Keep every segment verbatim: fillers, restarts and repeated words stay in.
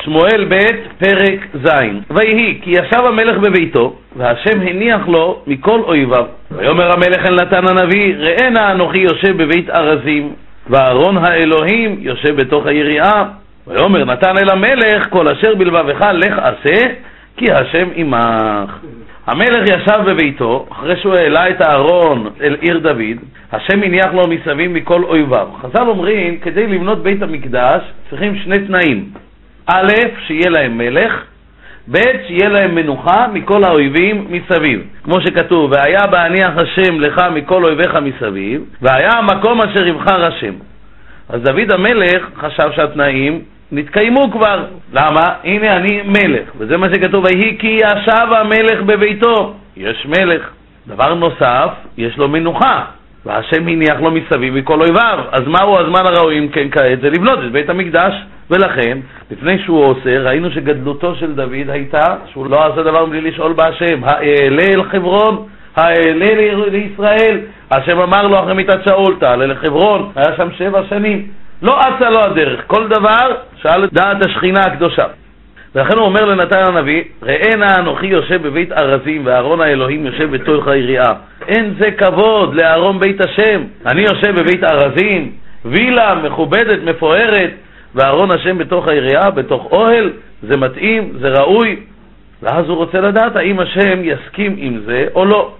שמואל ב' פרק ז'. ויהי כי ישב המלך בביתו, והשם הניח לו מכל אויביו. ויאמר המלך אל נתן הנביא, ראה נא אנוכי יושב בבית ארזים, וארון האלוהים יושב בתוך היריעה. ויאמר נתן אל המלך, כל אשר בלבבך לך עשה, כי השם עמך. המלך ישב בביתו, אחרי שהוא העלה את הארון אל עיר דוד, השם הניח לו מסביב מכל אויביו. חז"ל אומרים, כדי לבנות בית המקדש צריכים שני תנאים. א', שיהיה להם מלך, ב', שיהיה להם מנוחה מכל האויבים מסביב. כמו שכתוב, והיה בהניח השם לך מכל אויביך מסביב, והיה המקום אשר יבחר השם. אז דוד המלך חשב שהתנאים נתקיימו כבר. למה? הנה אני מלך. וזה מה שכתוב, ויהי כי ישב המלך בביתו. יש מלך. דבר נוסף, יש לו מנוחה. והשם הניח לו מסביב מכל אויביו. אז מהו הזמן הראוי אם כן כעת? זה לבנות את בית המקדש. ולכן, לפני שהוא עושה, ראינו שגדלותו של דוד הייתה שהוא לא עשה דבר בלי לשאול בהשם. העלה אל חברון, העלה לישראל. השם אמר לו אחרי מיתת שאול, תעלה לחברון. היה שם שבע שנים. לא אצה לו הדרך. כל דבר שאל דעת השכינה הקדושה. ולכן הוא אומר לנתן הנביא, ראה נא אנוכי יושב בבית ארזים, וארון האלוהים יושב בתוך היריעה. אין זה כבוד לארון בית השם. אני יושב בבית ארזים, וילה מכובדת, מפוארת, וארון השם בתוך היריעה, בתוך אוהל. זה מתאים, זה ראוי. ואז הוא רוצה לדעת האם השם יסכים עם זה או לא.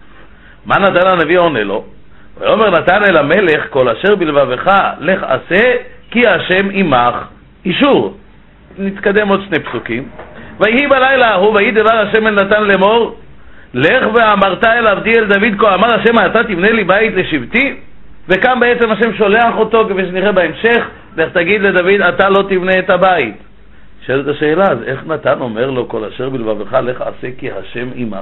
מה נתן הנביא עונה לו? ואומר נתן אל המלך, כל אשר בלבבך לך עשה, כי השם עמך. אישור. נתקדם עוד שני פסוקים. ויהי בלילה ההוא, ויהי דבר השם אל נתן לאמור, לך ואמרת אל עבדי אל דוד כה אמר השם, אתה תבנה לי בית לשבטי? וכאן בעצם השם שולח אותו, כפי שנראה בהמשך, לך תגיד לדוד, אתה לא תבנה את הבית. שאלת השאלה, אז איך נתן אומר לו, כל אשר בלבבך לך עשה, כי השם עמך?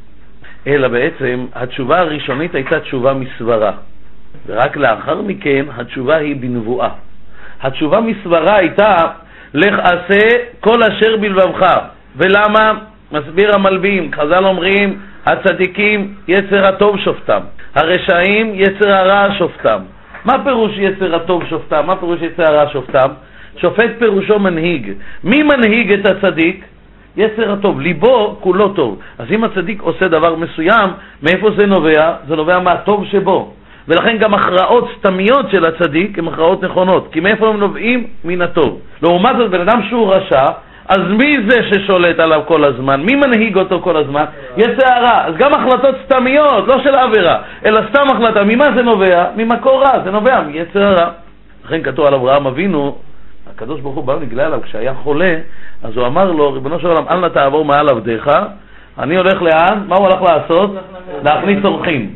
אלא בעצם התשובה הראשונית הייתה תשובה מסברה, ורק לאחר מכן התשובה היא בנבואה. התשובה מסברה הייתה לך עשה כל אשר בלבבך. ולמה? מסביר המלבים, חז"ל אומרים, הצדיקים יצר הטוב שופטם, הרשעים יצר הרע שופטם. מה פירוש יצר הטוב שופטם? מה פירוש יצר הרע שופטם? שופט פירושו מנהיג. מי מנהיג את הצדיק? יצר הטוב, ליבו כולו טוב. אז אם הצדיק עושה דבר מסוים, מאיפה זה נובע? זה נובע מהטוב שבו. ולכן גם הכרעות סתמיות של הצדיק הן הכרעות נכונות, כי מאיפה הם נובעים? מן הטוב. לעומת זאת, בן אדם שהוא רשע, אז מי זה ששולט עליו כל הזמן? מי מנהיג אותו כל הזמן? יצר הרע. אז גם החלטות סתמיות, לא של עבירה, אלא סתם החלטה. ממה זה נובע? ממקור רע, זה נובע מיצר הרע. לכן כתוב על אברהם אבינו, הקדוש ברוך הוא בא ונגלה עליו כשהיה חולה, אז הוא אמר לו, ריבונו של עולם, אל נא תעבור מעל עבדיך. אני הולך לאן? מה הוא הולך לעשות? להכניס אורחים.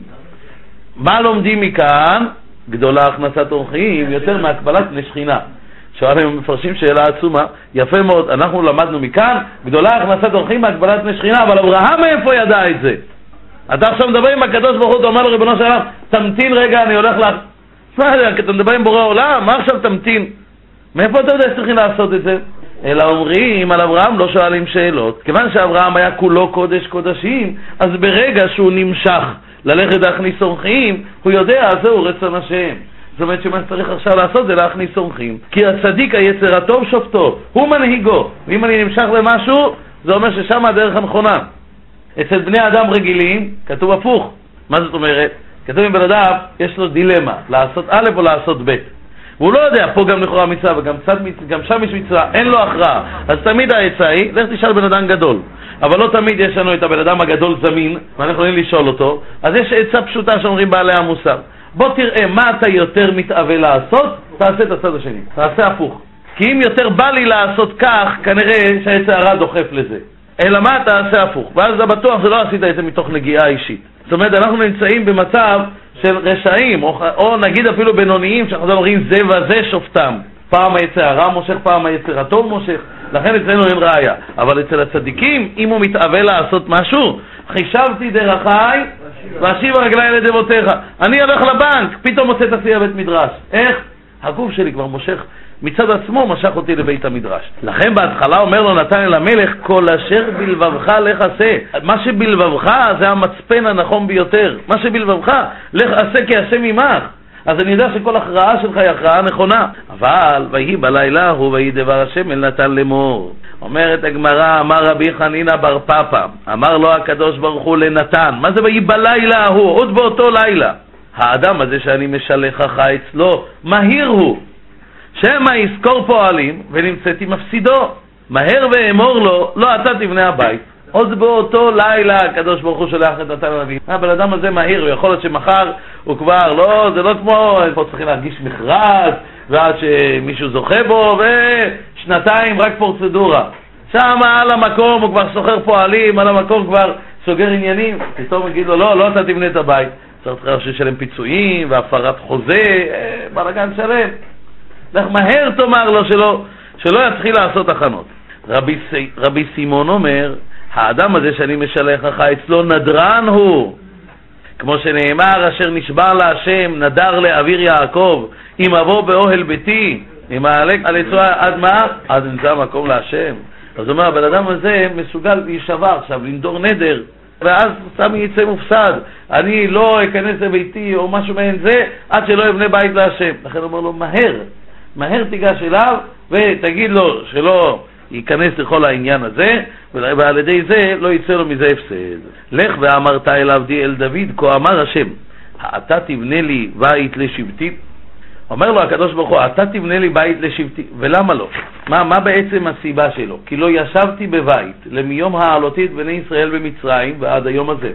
מה לומדים מכאן? גדולה הכנסת אורחים יותר מהקבלת בני שכינה. שואלים הם מפרשים שאלה עצומה, יפה מאוד, אנחנו למדנו מכאן, גדולה הכנסת אורחים מהקבלת בני שכינה, אבל אברהם מאיפה ידע את זה? אתה עכשיו מדבר עם הקדוש ברוך הוא, אתה אומר לו, ריבונו של עולם, תמתין רגע, אני הולך לך. מה זה, אתה מדבר עם בורא עולם, מה עכשיו תמתין? מאיפה אתה יודע שצריכים לעשות את זה? אלא אומרים על אברהם לא שואלים שאלות. כיוון שאברהם היה כולו קודש קודשים, אז ברגע שהוא נמשך ללכת להכניס אורחים, הוא יודע, זהו רצון השם. זאת אומרת שמה שצריך עכשיו לעשות זה להכניס אורחים. כי הצדיק היצר הטוב שופטו, הוא מנהיגו. ואם אני נמשך למשהו, זה אומר ששם הדרך הנכונה. אצל בני אדם רגילים, כתוב הפוך. מה זאת אומרת? כתוב עם בן אדם, יש לו דילמה, לעשות א' או לעשות ב'. והוא לא יודע, פה גם לכאורה מצווה וגם גם שם יש מצווה, אין לו הכרעה. אז תמיד העצה היא, לך תשאל בן אדם גדול. אבל לא תמיד יש לנו את הבן אדם הגדול זמין, ואנחנו יכולים לשאול אותו. אז יש עצה פשוטה שאומרים בעלי המוסר. בוא תראה מה אתה יותר מתאווה לעשות, תעשה את הצד השני. תעשה הפוך. כי אם יותר בא לי לעשות כך, כנראה שהעצה הרע דוחף לזה. אלא מה? תעשה הפוך. ואז זה בטוח, זה לא עשית את זה מתוך נגיעה אישית. זאת אומרת, אנחנו נמצאים במצב של רשעים, או, או נגיד אפילו בינוניים, שאנחנו אומרים זה וזה שופטם. פעם היצר הרע מושך, פעם היצר הטוב מושך. לכן אצלנו אין ראיה. אבל אצל הצדיקים, אם הוא מתאווה לעשות משהו, חישבתי דרכי ואשיב רגלי לדבותיך. אני הולך לבנק, פתאום מוצא את עצמי בבית מדרש. איך? הגוף שלי כבר מושך, מצד עצמו משך אותי לבית המדרש. לכן בהתחלה אומר לו נתן אל המלך, כל אשר בלבבך לך עשה. מה שבלבבך זה המצפן הנכון ביותר. מה שבלבבך לך עשה כי השם עמך. אז אני יודע שכל הכרעה שלך היא הכרעה נכונה. אבל ויהי בלילה הוא ויהי דבר השם אל נתן לאמור. אומרת הגמרא, אמר רבי חנינא בר פפא, אמר לו הקדוש ברוך הוא לנתן, מה זה ויהי בלילה הוא? עוד באותו לילה. האדם הזה שאני משלחך אצלו, מהיר הוא, שמא יזכור פועלים ונמצאתי מפסידו. מהר ואמור לו, לא אתה תבנה הבית. עוד באותו לילה הקדוש ברוך הוא שולח את נתן הנביא. הבן אדם הזה מהיר, ויכול להיות שמחר הוא כבר, לא, זה לא כמו, פה צריכים להרגיש מכרז, ועד שמישהו זוכה בו, ושנתיים רק פרוצדורה. שם על המקום הוא כבר סוחר פועלים, על המקום כבר סוגר עניינים, פתאום יגיד לו, לא, לא אתה תבנה את הבית. צריך לשלם פיצויים והפרת חוזה, בלגן שלם. לך מהר תאמר לו שלא, שלא יתחיל לעשות הכנות. רבי, רבי סימון אומר, האדם הזה שאני משלח לך אצלו נדרן הוא, כמו שנאמר אשר נשבע להשם נדר לאוויר יעקב, אם אבוא באוהל ביתי אם אעלה על יצוע עד מה? עד נמצא מקום להשם. אז אומר הבן אדם הזה מסוגל להישבע עכשיו לנדור נדר, ואז סתם יצא מופסד, אני לא אכנס לביתי או משהו מעין זה עד שלא יבנה בית להשם. לכן אומר לו מהר, מהר תיגש אליו ותגיד לו שלא ייכנס לכל העניין הזה, ועל ידי זה לא יצא לו מזה הפסד. לך ואמרת אל עבדי אל דוד, כה אמר השם, אתה תבנה לי בית לשבטי. אומר לו הקדוש ברוך הוא, אתה תבנה לי בית לשבטי. ולמה לא? מה, מה בעצם הסיבה שלו? כי לא ישבתי בבית למיום העלותי את בני ישראל במצרים ועד היום הזה,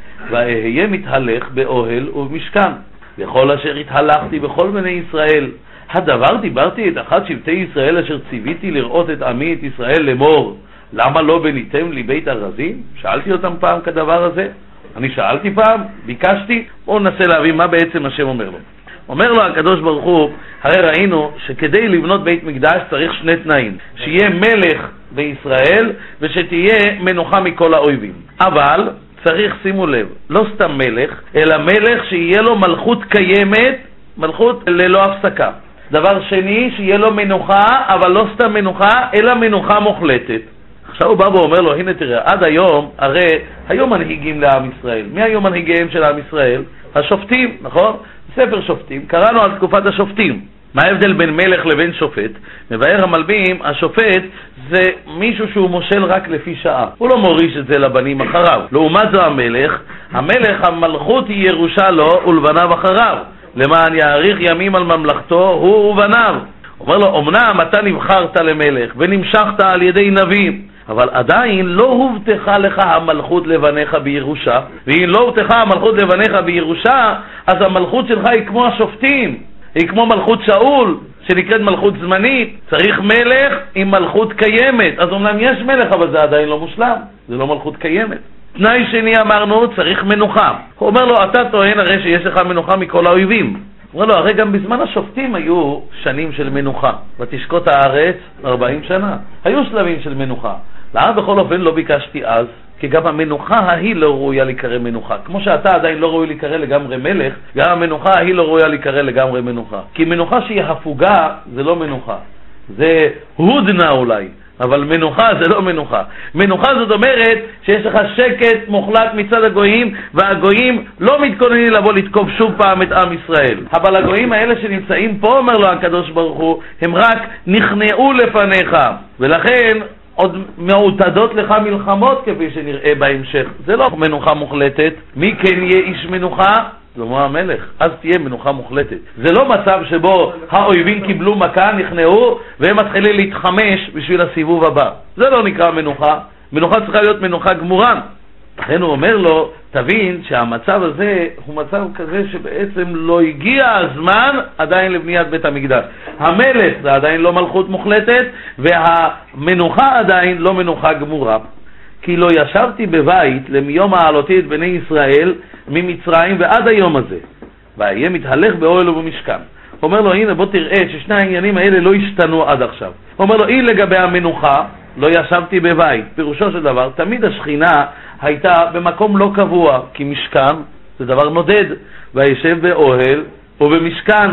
ואהיה מתהלך באוהל ובמשכן, וכל אשר התהלכתי בכל בני ישראל, הדבר דיברתי את אחד שבטי ישראל אשר ציוויתי לראות את עמי את ישראל לאמור, למה לא בניתם לי בית ארזים? שאלתי אותם פעם כדבר הזה? אני שאלתי פעם? ביקשתי? בואו ננסה להבין מה בעצם השם אומר לו. אומר לו הקדוש ברוך הוא, הרי ראינו שכדי לבנות בית מקדש צריך שני תנאים, שיהיה מלך בישראל ושתהיה מנוחה מכל האויבים. אבל צריך, שימו לב, לא סתם מלך, אלא מלך שיהיה לו מלכות קיימת, מלכות ללא הפסקה. דבר שני, שיהיה לו מנוחה, אבל לא סתם מנוחה, אלא מנוחה מוחלטת. עכשיו הוא בא ואומר לו, הנה תראה, עד היום, הרי היום מנהיגים לעם ישראל. מי היום מנהיגיהם של עם ישראל? השופטים, נכון? ספר שופטים, קראנו על תקופת השופטים. מה ההבדל בין מלך לבין שופט? מבאר המלבים, השופט זה מישהו שהוא מושל רק לפי שעה. הוא לא מוריש את זה לבנים אחריו. לעומת זו המלך, המלך המלכות היא ירושה לו ולבניו אחריו. למען יאריך ימים על ממלכתו הוא ובניו. אומר לו, אמנם אתה נבחרת למלך ונמשכת על ידי נביאים, אבל עדיין לא הובטחה לך המלכות לבניך בירושה, ואם לא הובטחה המלכות לבניך בירושה, אז המלכות שלך היא כמו השופטים, היא כמו מלכות שאול שנקראת מלכות זמנית. צריך מלך עם מלכות קיימת. אז אומנם יש מלך, אבל זה עדיין לא מושלם, זה לא מלכות קיימת. תנאי שני אמרנו, צריך מנוחה. הוא אומר לו, אתה טוען הרי שיש לך מנוחה מכל האויבים. הוא אומר לו, הרי גם בזמן השופטים היו שנים של מנוחה, ותשקוט הארץ ארבעים שנה, היו שלבים של מנוחה. למה בכל אופן לא ביקשתי אז? כי גם המנוחה ההיא לא ראויה להיקרא מנוחה. כמו שאתה עדיין לא ראוי להיקרא לגמרי מלך, גם המנוחה ההיא לא ראויה להיקרא לגמרי מנוחה. כי מנוחה שהיא הפוגה זה לא מנוחה, זה הודנה אולי, אבל מנוחה זה לא מנוחה. מנוחה זאת אומרת שיש לך שקט מוחלט מצד הגויים, והגויים לא מתכוננים לבוא לתקוף שוב פעם את עם ישראל. אבל הגויים האלה שנמצאים פה, אומר לו הקדוש ברוך הוא, הם רק נכנעו לפניך, ולכן עוד מעוטדות לך מלחמות כפי שנראה בהמשך. זה לא מנוחה מוחלטת. מי כן יהיה איש מנוחה? שלמה המלך. אז תהיה מנוחה מוחלטת. זה לא מצב שבו האויבים קיבלו מכה, נכנעו, והם מתחילים להתחמש בשביל הסיבוב הבא. זה לא נקרא מנוחה. מנוחה צריכה להיות מנוחה גמורה. לכן הוא אומר לו, תבין שהמצב הזה הוא מצב כזה שבעצם לא הגיע הזמן עדיין לבניית בית המקדש. המלך זה עדיין לא מלכות מוחלטת, והמנוחה עדיין לא מנוחה גמורה. כי לא ישבתי בבית למיום העלותי את בני ישראל ממצרים ועד היום הזה, והיה מתהלך באוהל ובמשכן. הוא אומר לו, הנה בוא תראה ששני העניינים האלה לא השתנו עד עכשיו. הוא אומר לו, הנה לגבי המנוחה, לא ישבתי בבית. פירושו של דבר, תמיד השכינה הייתה במקום לא קבוע, כי משכן זה דבר נודד, וישב באוהל ובמשכן.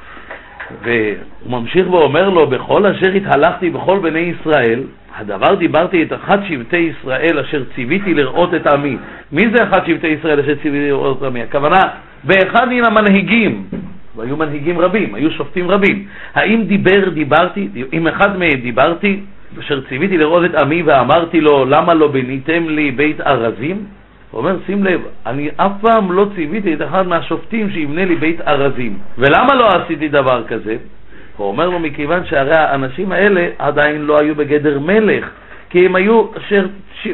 והוא ממשיך ואומר לו, בכל אשר התהלכתי בכל בני ישראל, הדבר דיברתי את אחד שבטי ישראל אשר ציוויתי לראות את עמי. מי זה אחד שבטי ישראל אשר ציוויתי לראות את עמי? הכוונה, באחד מן המנהיגים, והיו מנהיגים רבים, היו שופטים רבים. האם דיבר, דיברתי, אם אחד מהם דיברתי, אשר ציוויתי לראות את עמי ואמרתי לו, למה לא בניתם לי בית ארזים? הוא אומר, שים לב, אני אף פעם לא ציוויתי את אחד מהשופטים שיבנה לי בית ארזים. ולמה לא עשיתי דבר כזה? הוא אומר לו, מכיוון שהרי האנשים האלה עדיין לא היו בגדר מלך, כי הם היו אשר, ש...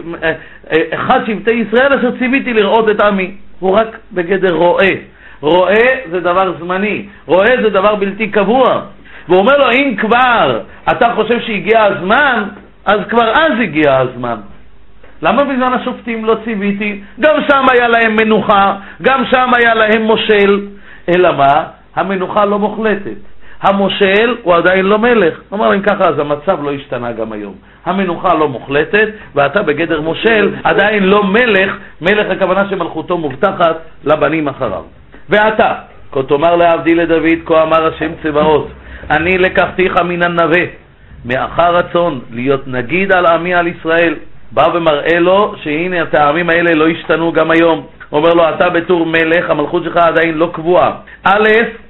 אחד שבטי ישראל אשר ציוויתי לראות את עמי. הוא רק בגדר רואה. רואה זה דבר זמני, רואה זה דבר בלתי קבוע. והוא אומר לו, אם כבר אתה חושב שהגיע הזמן, אז כבר אז הגיע הזמן. למה בזמן השופטים לא ציוויתי? גם שם היה להם מנוחה, גם שם היה להם מושל. אלא מה? המנוחה לא מוחלטת. המושל הוא עדיין לא מלך. אומר, אם ככה אז המצב לא השתנה גם היום. המנוחה לא מוחלטת, ואתה בגדר מושל עדיין לא מלך. מלך הכוונה שמלכותו מובטחת לבנים אחריו. ואתה, כה תאמר לעבדי לדוד, כה אמר השם צבאות, אני לקחתיך מן הנווה, מאחר רצון להיות נגיד על עמי על ישראל. בא ומראה לו שהנה הטעמים האלה לא השתנו גם היום. אומר לו, אתה בתור מלך, המלכות שלך עדיין לא קבועה. א',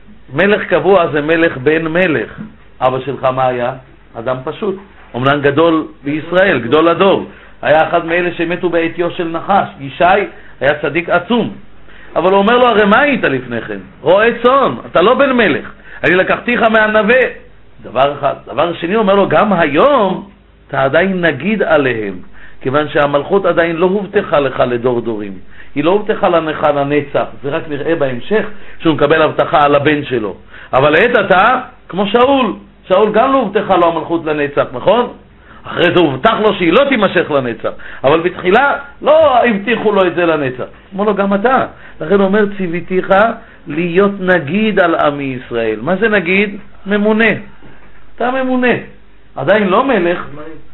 מלך קבוע זה מלך בן מלך. אבא שלך מה היה? אדם פשוט, אומנם גדול בישראל, גדול הדור. היה אחד מאלה שמתו בעטיו של נחש. ישי היה צדיק עצום. אבל הוא אומר לו, הרי מה היית לפני כן? רועה צאן, אתה לא בן מלך. אני לקחתיך מהנווה. דבר אחד. דבר שני, אומר לו, גם היום אתה עדיין נגיד עליהם, כיוון שהמלכות עדיין לא הובטחה לך לדור דורים. היא לא הובטחה לך לנצח. זה רק נראה בהמשך שהוא מקבל הבטחה על הבן שלו. אבל לעת אתה, כמו שאול, שאול גם לא הובטחה לו המלכות לנצח, נכון? אחרי זה הובטח לו שהיא לא תימשך לנצח, אבל בתחילה לא הבטיחו לו את זה לנצח. אומר לו, גם אתה. לכן הוא אומר, ציוויתיך להיות נגיד על עמי ישראל. מה זה נגיד? ממונה. אתה ממונה, עדיין לא מלך.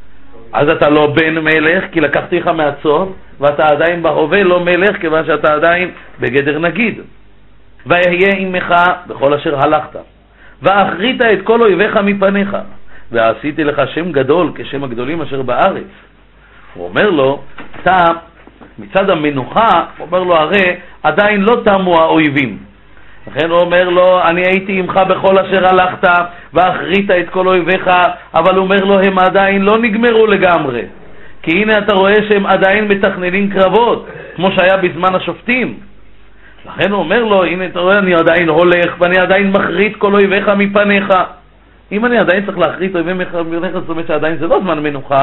אז אתה לא בן מלך, כי לקחתיך מהצאן, ואתה עדיין בהווה לא מלך, כיוון שאתה עדיין בגדר נגיד. ויהיה עמך בכל אשר הלכת, ואחרית את כל אויביך מפניך, ועשיתי לך שם גדול כשם הגדולים אשר בארץ. הוא אומר לו, אתה מצד המנוחה, הוא אומר לו, הרי עדיין לא תמו האויבים. לכן הוא אומר לו, אני הייתי עמך בכל אשר הלכת, ואחרית את כל אויביך, אבל הוא אומר לו, הם עדיין לא נגמרו לגמרי. כי הנה אתה רואה שהם עדיין מתכננים קרבות, כמו שהיה בזמן השופטים. לכן הוא אומר לו, הנה אתה רואה, אני עדיין הולך, ואני עדיין מחריט כל אויביך מפניך. אם אני עדיין צריך להחריט אויבים מפניך, זאת אומרת שעדיין זה לא זמן מנוחה.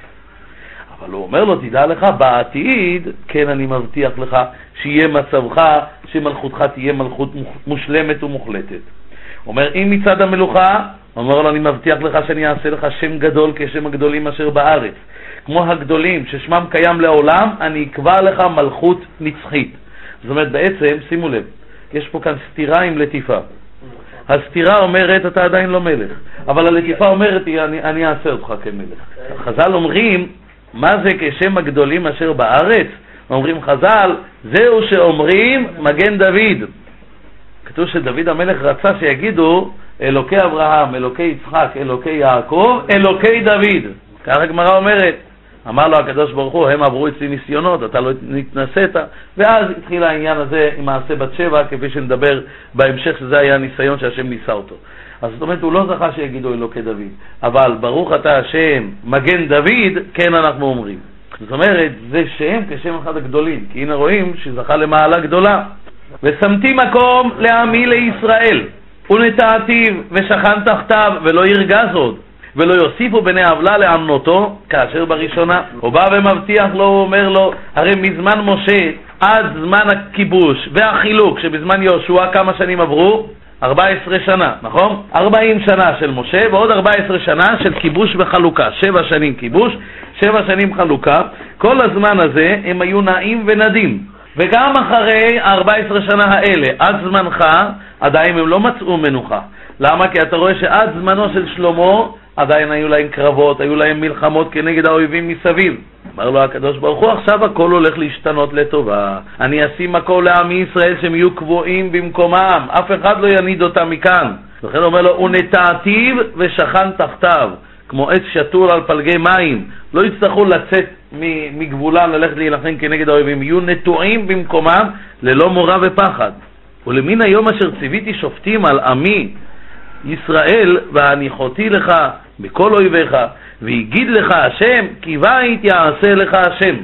אבל הוא אומר לו, תדע לך, בעתיד, כן אני מבטיח לך, שיהיה מצבך, שמלכותך תהיה מלכות מושלמת ומוחלטת. הוא אומר, אם מצד המלוכה, הוא אומר לו, אני מבטיח לך שאני אעשה לך שם גדול כשם הגדולים אשר בארץ. כמו הגדולים ששמם קיים לעולם, אני אקבע לך מלכות נצחית. זאת אומרת, בעצם, שימו לב, יש פה כאן סתירה עם לטיפה. הסתירה אומרת, אתה עדיין לא מלך. אבל הלטיפה אומרת, אני, אני אעשה אותך כמלך. חז"ל אומרים, מה זה כשם הגדולים אשר בארץ? אומרים חז"ל, זהו שאומרים מגן דוד. כתוב שדוד המלך רצה שיגידו אלוקי אברהם, אלוקי יצחק, אלוקי יעקב, אלוקי דוד. כך הגמרא אומרת. אמר לו הקדוש ברוך הוא, הם עברו אצלי ניסיונות, אתה לא נתנסית. ואז התחיל העניין הזה עם מעשה בת שבע, כפי שנדבר בהמשך, שזה היה הניסיון שהשם ניסה אותו. אז זאת אומרת, הוא לא זכה שיגידו אלוקי דוד. אבל ברוך אתה השם מגן דוד, כן אנחנו אומרים. זאת אומרת, זה שם כשם אחד הגדולים, כי הנה רואים שזכה למעלה גדולה. ושמתי מקום לעמי לישראל, ונטעתיו ושכן תחתיו, ולא ירגז עוד, ולא יוסיפו בני עוולה לאמנותו, כאשר בראשונה. הוא בא ומבטיח לו, הוא אומר לו, הרי מזמן משה עד זמן הכיבוש והחילוק, שבזמן יהושע כמה שנים עברו? ארבע עשרה שנה, נכון? ארבעים שנה של משה ועוד ארבע עשרה שנה של כיבוש וחלוקה. שבע שנים כיבוש, שבע שנים חלוקה. כל הזמן הזה הם היו נעים ונדים. וגם אחרי ארבע עשרה שנה האלה, עד זמנך, עדיין הם לא מצאו מנוחה. למה? כי אתה רואה שעד זמנו של שלמה, עדיין היו להם קרבות, היו להם מלחמות כנגד האויבים מסביב. אמר לו הקדוש ברוך הוא, עכשיו הכל הולך להשתנות לטובה. אני אשים מקום לעמי ישראל שהם יהיו קבועים במקומם. אף אחד לא יניד אותם מכאן. לכן הוא אומר לו, ונטעתיו ושכן תחתיו. כמו עץ שטור על פלגי מים. לא יצטרכו לצאת מגבולם ללכת להילחם כנגד האויבים. יהיו נטועים במקומם ללא מורא ופחד. ולמן היום אשר ציוויתי שופטים על עמי ישראל והניחותי לך בכל אויביך, ויגיד לך השם כי בית יעשה לך השם.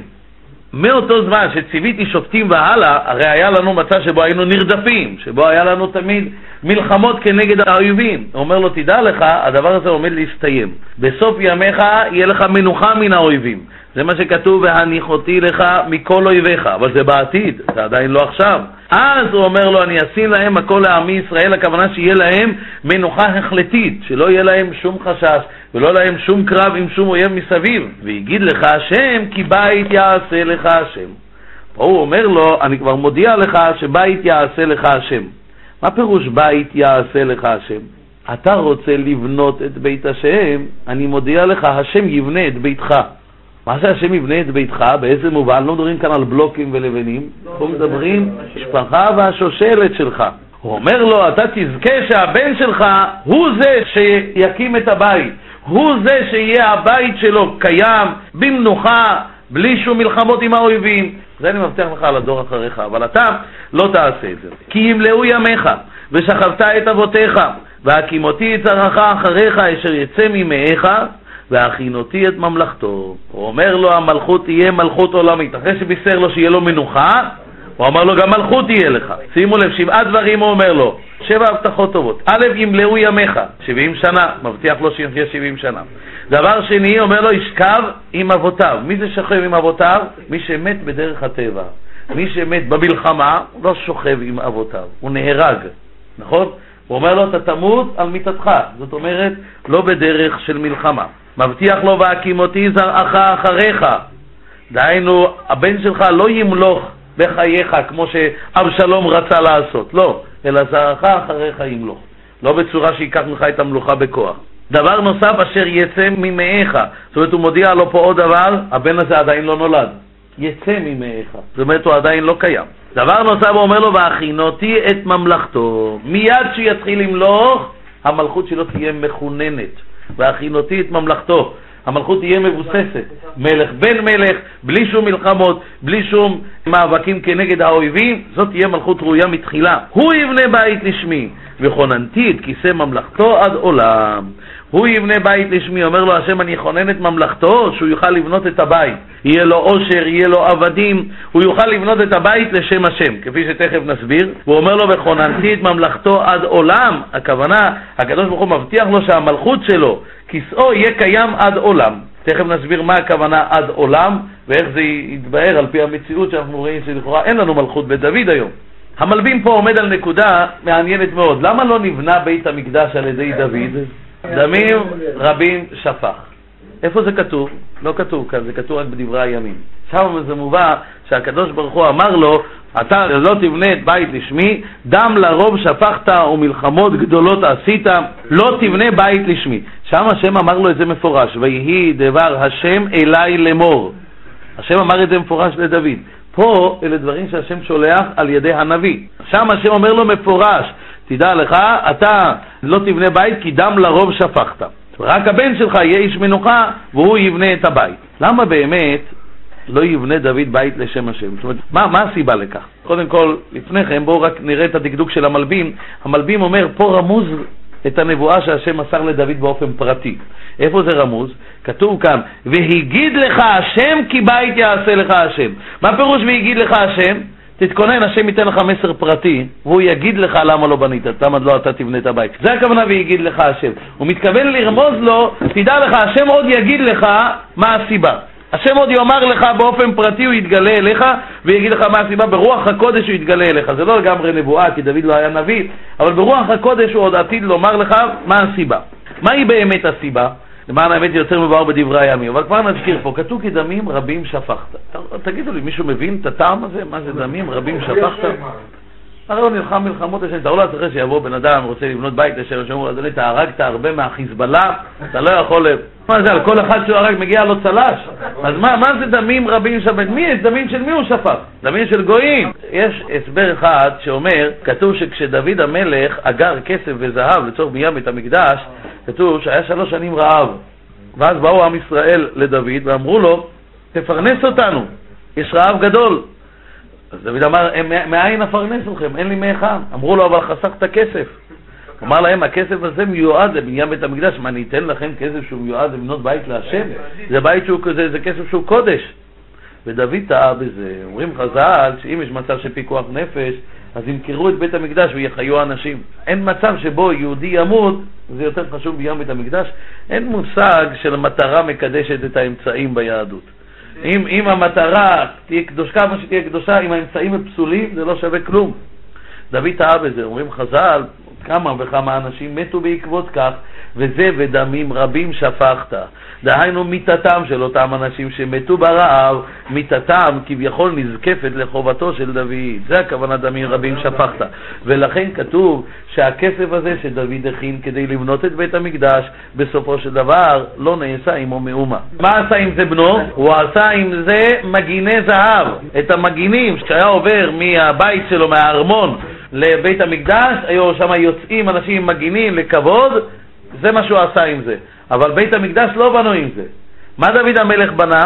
מאותו זמן שציוויתי שופטים והלאה, הרי היה לנו מצב שבו היינו נרדפים, שבו היה לנו תמיד מלחמות כנגד האויבים. הוא אומר לו, תדע לך, הדבר הזה עומד להסתיים. בסוף ימיך יהיה לך מנוחה מן האויבים. זה מה שכתוב, והניחותי לך מכל אויביך, אבל זה בעתיד, זה עדיין לא עכשיו. אז הוא אומר לו, אני אשים להם הכל לעמי ישראל, הכוונה שיהיה להם מנוחה החלטית, שלא יהיה להם שום חשש, ולא להם שום קרב עם שום אויב מסביב. ויגיד לך השם, כי בית יעשה לך השם. פה הוא אומר לו, אני כבר מודיע לך שבית יעשה לך השם. מה פירוש בית יעשה לך השם? אתה רוצה לבנות את בית השם, אני מודיע לך, השם יבנה את ביתך. מה שהשם יבנה את ביתך, באיזה מובן? לא מדברים כאן על בלוקים ולבנים, פה מדברים משפחה והשושלת שלך. הוא אומר לו, אתה תזכה שהבן שלך הוא זה שיקים את הבית, הוא זה שיהיה הבית שלו קיים, במנוחה, בלי שום מלחמות עם האויבים. זה אני מבטיח לך על הדור אחריך, אבל אתה לא תעשה את זה. כי ימלאו ימיך, ושכבת את אבותיך, והקימותי את זרעך אחריך, אשר יצא ממאיך, והכינותי את ממלכתו. הוא אומר לו, המלכות תהיה מלכות עולמית. אחרי שבישר לו שיהיה לו מנוחה, הוא אמר לו, גם מלכות תהיה לך. שימו לב, שבעה דברים הוא אומר לו, שבע הבטחות טובות. א', ימלאו ימיך, שבעים שנה, מבטיח לו שיהיה שבעים שנה. דבר שני, אומר לו, ישכב עם אבותיו. מי זה שוכב עם אבותיו? מי שמת בדרך הטבע. מי שמת במלחמה, לא שוכב עם אבותיו, הוא נהרג, נכון? הוא אומר לו, אתה תמות על מיטתך, זאת אומרת, לא בדרך של מלחמה. מבטיח לו, והקימותי זרעך אחריך. דהיינו, הבן שלך לא ימלוך בחייך כמו שאבשלום רצה לעשות, לא, אלא זרעך אחריך ימלוך. לא בצורה שיקח לך את המלוכה בכוח. דבר נוסף, אשר יצא ממאיך. זאת אומרת, הוא מודיע לו פה עוד דבר, הבן הזה עדיין לא נולד. יצא ממאיך. זאת אומרת, הוא עדיין לא קיים. דבר נוסף, הוא אומר לו, והכינותי את ממלכתו. מיד שיתחיל למלוך, המלכות שלו תהיה מכוננת. והכינותי את ממלכתו. המלכות תהיה מבוססת. מלך בן מלך, בלי שום מלחמות, בלי שום מאבקים כנגד האויבים. זאת תהיה מלכות ראויה מתחילה. הוא יבנה בית לשמי, וכוננתי את כיסא ממלכתו עד עולם. הוא יבנה בית לשמי, אומר לו השם, אני אכונן את ממלכתו, שהוא יוכל לבנות את הבית. יהיה לו עושר, יהיה לו עבדים, הוא יוכל לבנות את הבית לשם השם, כפי שתכף נסביר. הוא אומר לו, וכוננתי את ממלכתו עד עולם. הכוונה, הקדוש ברוך הוא מבטיח לו שהמלכות שלו, כיסאו יהיה קיים עד עולם. תכף נסביר מה הכוונה עד עולם, ואיך זה יתבהר על פי המציאות שאנחנו רואים שלכאורה אין לנו מלכות בדוד היום. המלבים פה עומד על נקודה מעניינת מאוד. למה לא נבנה בית המקדש על ידי דוד? דמים רבים שפך. איפה זה כתוב? לא כתוב כאן, זה כתוב רק בדברי הימים. שם זה מובא שהקדוש ברוך הוא אמר לו, אתה לא תבנה את בית לשמי, דם לרוב שפכת ומלחמות גדולות עשית, לא תבנה בית לשמי. שם השם אמר לו את זה מפורש, ויהי דבר השם אליי לאמור. השם אמר את זה מפורש לדוד. פה אלה דברים שהשם שולח על ידי הנביא. שם השם אומר לו מפורש, תדע לך, אתה לא תבנה בית כי דם לרוב שפכת. רק הבן שלך יהיה איש מנוחה והוא יבנה את הבית. למה באמת לא יבנה דוד בית לשם השם? זאת אומרת, מה, מה הסיבה לכך? קודם כל, לפני כן, בואו רק נראה את הדקדוק של המלבים. המלבים אומר, פה רמוז את הנבואה שהשם מסר לדוד באופן פרטי. איפה זה רמוז? כתוב כאן, והגיד לך השם כי בית יעשה לך השם. מה פירוש והגיד לך השם? תתכונן, השם ייתן לך מסר פרטי, והוא יגיד לך למה לא בנית, למה לא אתה תבנה את הבית. זה הכוונה ויגיד לך השם. הוא מתכוון לרמוז לו, תדע לך, השם עוד יגיד לך מה הסיבה. השם עוד יאמר לך באופן פרטי, הוא יתגלה אליך, ויגיד לך מה הסיבה. ברוח הקודש הוא יתגלה אליך. זה לא לגמרי נבואה, כי דוד לא היה נביא, אבל ברוח הקודש הוא עוד עתיד לומר לך מה הסיבה. מהי באמת הסיבה? למען האמת יותר מבואר בדברי הימים, אבל כבר נזכיר פה, כתוב כי דמים רבים שפכת. תגידו לי, מישהו מבין את הטעם הזה? מה זה דמים רבים שפכת? הרי הוא נלחם מלחמות השם, אתה לא צריך שיבוא בן אדם, רוצה לבנות בית לשם, שאומר, אדוני, אתה הרגת הרבה מהחיזבאללה, אתה לא יכול... מה זה, על כל אחד שהוא הרג מגיע לו צלש? אז מה, מה זה דמים רבים שפכת? מי, דמים של מי הוא שפך? דמים של גויים. יש הסבר אחד שאומר, כתוב שכשדוד המלך אגר כסף וזהב לצורך בניית בית המקדש, כתוב שהיה שלוש שנים רעב. ואז באו עם ישראל לדוד ואמרו לו, תפרנס אותנו, יש רעב גדול. אז דוד אמר, מאין אפרנס לכם? אין לי מאיכם. אמרו לו, אבל חסכת כסף. אמר להם, הכסף הזה מיועד לבניין בית המקדש. מה, אני אתן לכם כסף שהוא מיועד לבנות בית להשם? זה בית שהוא, זה, זה כסף שהוא קודש. ודוד טעה בזה. אומרים חז"ל, שאם יש מצב של פיקוח נפש, אז ימכרו את בית המקדש ויחיו אנשים. אין מצב שבו יהודי ימות, זה יותר חשוב בניין בית המקדש. אין מושג של מטרה מקדשת את האמצעים ביהדות. אם, אם המטרה תהיה קדושה, כמה שתהיה קדושה, אם האמצעים הם פסולים, זה לא שווה כלום. דוד טעה בזה. אומרים חז"ל, כמה וכמה אנשים מתו בעקבות כך, וזה ודמים רבים שפכת. דהיינו מיתתם של אותם אנשים שמתו ברעב, מיתתם כביכול נזקפת לחובתו של דוד. זה הכוונה דמים רבים שפכת. ולכן כתוב שהכסף הזה שדוד הכין כדי לבנות את בית המקדש, בסופו של דבר לא נעשה עמו מאומה. מה עשה עם זה בנו? הוא עשה עם זה מגיני זהב. את המגינים שהיה עובר מהבית שלו, מהארמון, לבית המקדש, היו שם יוצאים אנשים עם מגינים לכבוד, זה מה שהוא עשה עם זה. אבל בית המקדש לא בנו עם זה. מה דוד המלך בנה?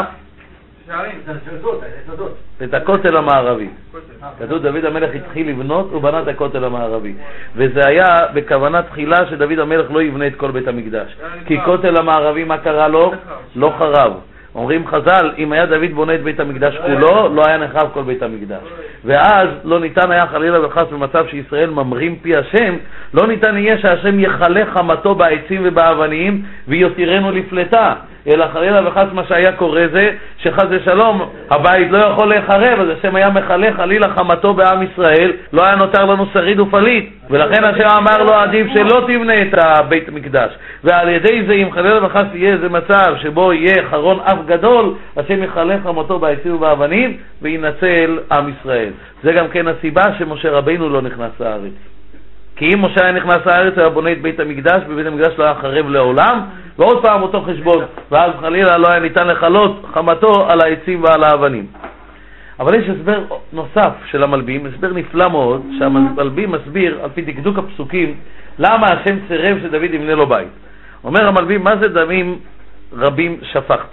את הכותל המערבי. כתוב דוד המלך התחיל לבנות ובנה את הכותל המערבי. וזה היה בכוונה תחילה שדוד המלך לא יבנה את כל בית המקדש. כי כותל המערבי מה קרה לו? לא חרב. אומרים חז"ל, אם היה דוד בונה את בית המקדש כולו, לא היה נחרב כל בית המקדש. ואז לא ניתן היה חלילה וחס במצב שישראל ממרים פי השם, לא ניתן יהיה שהשם יחלה חמתו בעצים ובאבנים ויותירנו לפלטה. אלא חלילה וחס מה שהיה קורה זה שחס ושלום הבית לא יכול להיחרב, אז השם היה מחלה חלילה חמתו בעם ישראל, לא היה נותר לנו שריד ופליט. ולכן השם אמר לו עדיף שלא תבנה את הבית המקדש. ועל ידי זה אם חלילה וחס יהיה איזה מצב שבו יהיה חרון אף גדול, השם יחלה חמתו בעצים ובאבנים וינצל עם ישראל. זה גם כן הסיבה שמשה רבינו לא נכנס לארץ. כי אם משה היה נכנס לארץ, היה בונה את בית המקדש, בבית המקדש לא היה חרב לעולם, ועוד פעם אותו חשבון, ואז חלילה לא היה ניתן לחלות חמתו על העצים ועל האבנים. אבל יש הסבר נוסף של המלבים, הסבר נפלא מאוד, שהמלבים מסביר על פי דקדוק הפסוקים, למה השם צירב שדוד יבנה לו בית. אומר המלבים, מה זה דמים רבים שפכת?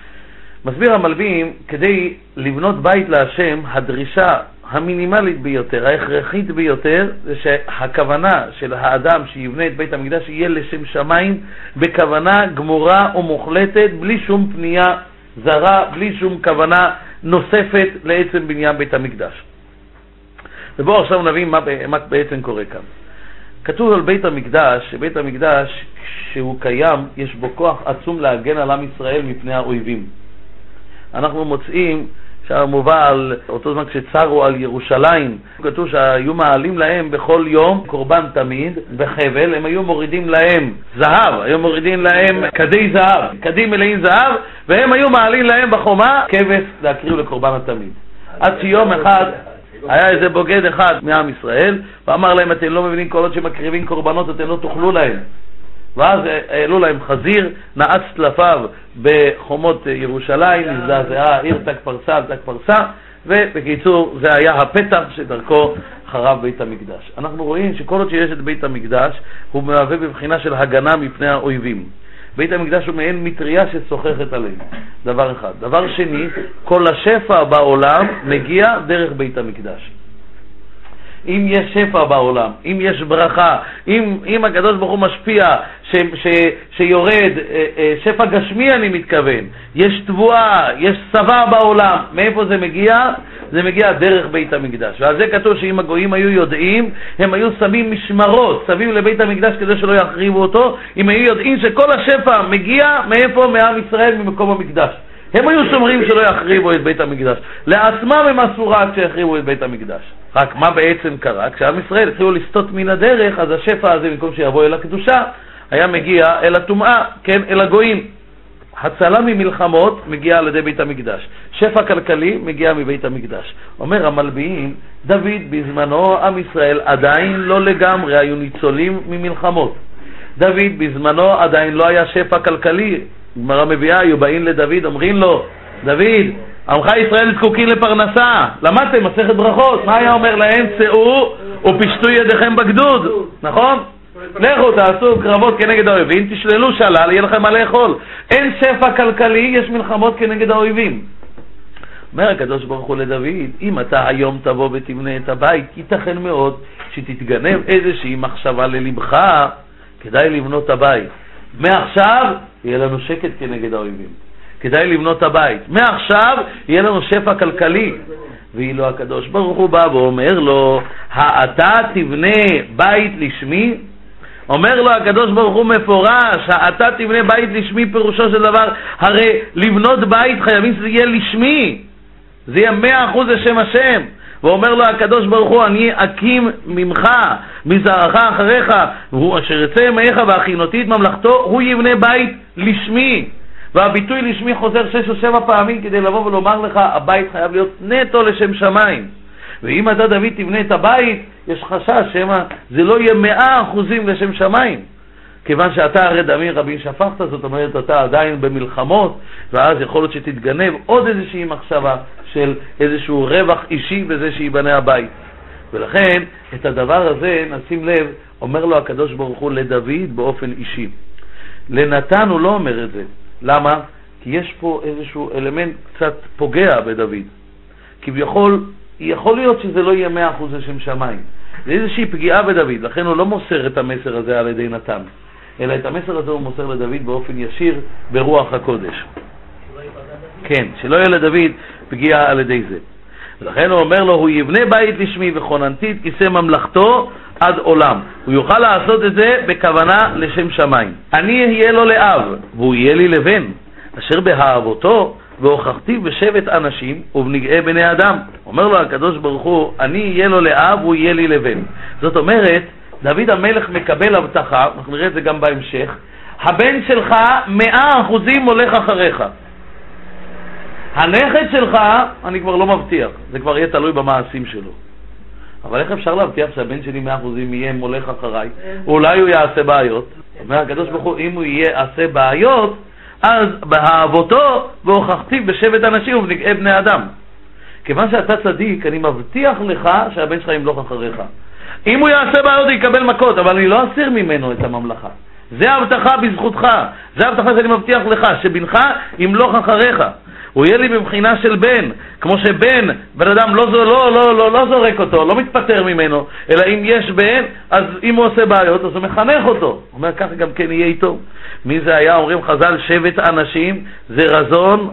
מסביר המלבים, כדי לבנות בית להשם, הדרישה המינימלית ביותר, ההכרחית ביותר, זה שהכוונה של האדם שיבנה את בית המקדש יהיה לשם שמיים בכוונה גמורה ומוחלטת, בלי שום פנייה זרה, בלי שום כוונה נוספת לעצם בניין בית המקדש. ובואו עכשיו נבין מה, מה בעצם קורה כאן. כתוב על בית המקדש, שבית המקדש שהוא קיים, יש בו כוח עצום להגן על עם ישראל מפני האויבים. אנחנו מוצאים שהמובא על אותו זמן כשצרו על ירושלים, כתוב שהיו מעלים להם בכל יום קורבן תמיד בחבל, הם היו מורידים להם זהב, היו מורידים להם כדי זהב, כדים מלאים זהב, והם היו מעלים להם בחומה כבש להקריב לקורבן התמיד. עד שיום אחד היה איזה בוגד אחד מעם ישראל ואמר להם, אתם לא מבינים, כל עוד שמקריבים קורבנות אתם לא תאכלו להם. ואז העלו להם חזיר, נעץ צלפיו בחומות ירושלים, נזדעזעה העיר תק פרסה, תק פרסה, ובקיצור זה היה הפתח שדרכו חרב בית המקדש. אנחנו רואים שכל עוד שיש את בית המקדש הוא מהווה בבחינה של הגנה מפני האויבים. בית המקדש הוא מעין מטריה ששוחחת עליהם. דבר אחד. דבר שני, כל השפע בעולם מגיע דרך בית המקדש. אם יש שפע בעולם, אם יש ברכה, אם, אם הקדוש ברוך הוא משפיע, ש, ש, שיורד, שפע גשמי אני מתכוון, יש תבואה, יש צבא בעולם, מאיפה זה מגיע? זה מגיע דרך בית המקדש. ועל זה כתוב שאם הגויים היו יודעים, הם היו שמים משמרות, סביב לבית המקדש כדי שלא יחריבו אותו, אם היו יודעים שכל השפע מגיע מאיפה? מעם ישראל, ממקום המקדש. הם היו שומרים שלא יחריבו את בית המקדש. לעצמם הם עשו רק כשיחריבו את בית המקדש. רק מה בעצם קרה? כשעם ישראל התחילו לסטות מן הדרך, אז השפע הזה במקום שיבוא אל הקדושה, היה מגיע אל הטומאה, כן, אל הגויים. הצלה ממלחמות מגיעה על ידי בית המקדש. שפע כלכלי מגיע מבית המקדש. אומר המלביאים, דוד בזמנו עם ישראל עדיין לא לגמרי היו ניצולים ממלחמות. דוד בזמנו עדיין לא היה שפע כלכלי. גמרא מביאה, היו באים לדוד, אומרים לו, דוד, עמך ישראל זקוקים לפרנסה, למדתם מסכת ברכות, מה היה אומר להם? צאו ופשטו ידיכם בגדוד, נכון? לכו תעשו קרבות כנגד האויבים, תשללו שלל, יהיה לכם מה לאכול. אין שפע כלכלי, יש מלחמות כנגד האויבים. אומר הקדוש ברוך הוא לדוד, אם אתה היום תבוא ותבנה את הבית, ייתכן מאוד שתתגנב איזושהי מחשבה ללבך, כדאי לבנות את הבית. מעכשיו יהיה לנו שקט כנגד האויבים. כדאי לבנות את הבית. מעכשיו יהיה לנו שפע כלכלי. ואילו הקדוש ברוך הוא בא ואומר לו, האתה תבנה בית לשמי? אומר לו הקדוש ברוך הוא מפורש, האתה תבנה בית לשמי, פירושו של דבר, הרי לבנות בית חייבים שזה יהיה לשמי. זה יהיה מאה אחוז לשם השם. ואומר לו הקדוש ברוך הוא, אני אקים ממך, מזרעך אחריך, והוא אשר יצא ימיך והכינותי את ממלכתו, הוא יבנה בית לשמי. והביטוי לשמי חוזר שש או שבע פעמים כדי לבוא ולומר לך, הבית חייב להיות נטו לשם שמיים. ואם אתה דוד תבנה את הבית, יש חשש שמה זה לא יהיה מאה אחוזים לשם שמיים. כיוון שאתה הרי דמים רבים שפכת, זאת אומרת אתה עדיין במלחמות, ואז יכול להיות שתתגנב עוד איזושהי מחשבה של איזשהו רווח אישי בזה שיבנה הבית. ולכן את הדבר הזה נשים לב, אומר לו הקדוש ברוך הוא לדוד באופן אישי. לנתן הוא לא אומר את זה. למה? כי יש פה איזשהו אלמנט קצת פוגע בדוד. כביכול, יכול להיות שזה לא יהיה מאה אחוז לשם שמיים. זה איזושהי פגיעה בדוד, לכן הוא לא מוסר את המסר הזה על ידי נתן. אלא את המסר הזה הוא מוסר לדוד באופן ישיר ברוח הקודש. כן, שלא יהיה לדוד פגיעה על ידי זה. לכן הוא אומר לו, הוא יבנה בית לשמי וכוננתי את כיסא ממלכתו עד עולם. הוא יוכל לעשות את זה בכוונה לשם שמיים. אני אהיה לו לאב, והוא יהיה לי לבן, אשר באהבותו והוכחתי בשבט אנשים ובנגעי בני אדם. אומר לו הקדוש ברוך הוא, אני אהיה לו לאב, והוא יהיה לי לבן. זאת אומרת, דוד המלך מקבל הבטחה, אנחנו נראה את זה גם בהמשך, הבן שלך מאה אחוזים הולך אחריך. הנכד שלך, אני כבר לא מבטיח, זה כבר יהיה תלוי במעשים שלו. אבל איך אפשר להבטיח שהבן שלי מאה אחוזים יהיה מולך אחריי? אולי הוא יעשה בעיות. אומר הקדוש ברוך הוא, אם הוא יעשה בעיות, אז באהבותו והוכחתי בשבט אנשים ובנגעי בני אדם. כיוון שאתה צדיק, אני מבטיח לך שהבן שלך ימלוך אחריך. אם הוא יעשה בעיות הוא יקבל מכות, אבל אני לא אסיר ממנו את הממלכה. זה ההבטחה בזכותך, זה ההבטחה שאני מבטיח לך, שבנך ימלוך אחריך. הוא יהיה לי במחינה של בן, כמו שבן, בן אדם לא, לא, לא, לא, לא זורק אותו, לא מתפטר ממנו, אלא אם יש בן, אז אם הוא עושה בעיות, אז הוא מחנך אותו. הוא אומר, ככה גם כן יהיה איתו. מי זה היה? אומרים חז"ל, שבט אנשים, זה רזון,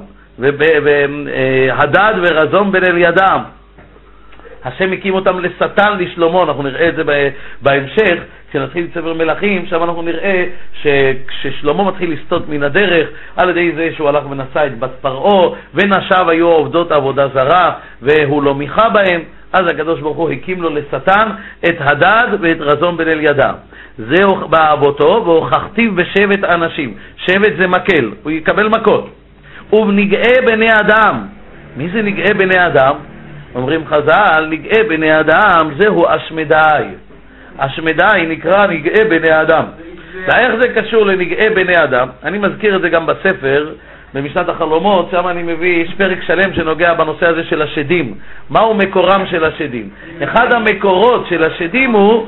והדד ורזון בן אלידם. השם הקים אותם לשטן לשלמה, אנחנו נראה את זה בהמשך, כשנתחיל את ספר מלכים, שם אנחנו נראה שכששלמה מתחיל לסטות מן הדרך, על ידי זה שהוא הלך ונשא את בת פרעה, ונשיו היו עובדות עבודה זרה, והוא לא מיכה בהם, אז הקדוש ברוך הוא הקים לו לשטן את הדד ואת רזון בן אלידם. זה באהבותו, והוכחתיו בשבט אנשים. שבט זה מקל, הוא יקבל מכות. ובנגעי בני אדם. מי זה נגעי בני אדם? אומרים חז"ל, נגעי בני אדם זהו אשמדאי. אשמדאי נקרא נגעי בני אדם. ואיך זה קשור לנגעי בני אדם? אני מזכיר את זה גם בספר, במשנת החלומות, שם אני מביא, יש פרק שלם שנוגע בנושא הזה של השדים. מהו מקורם של השדים? אחד המקורות של השדים הוא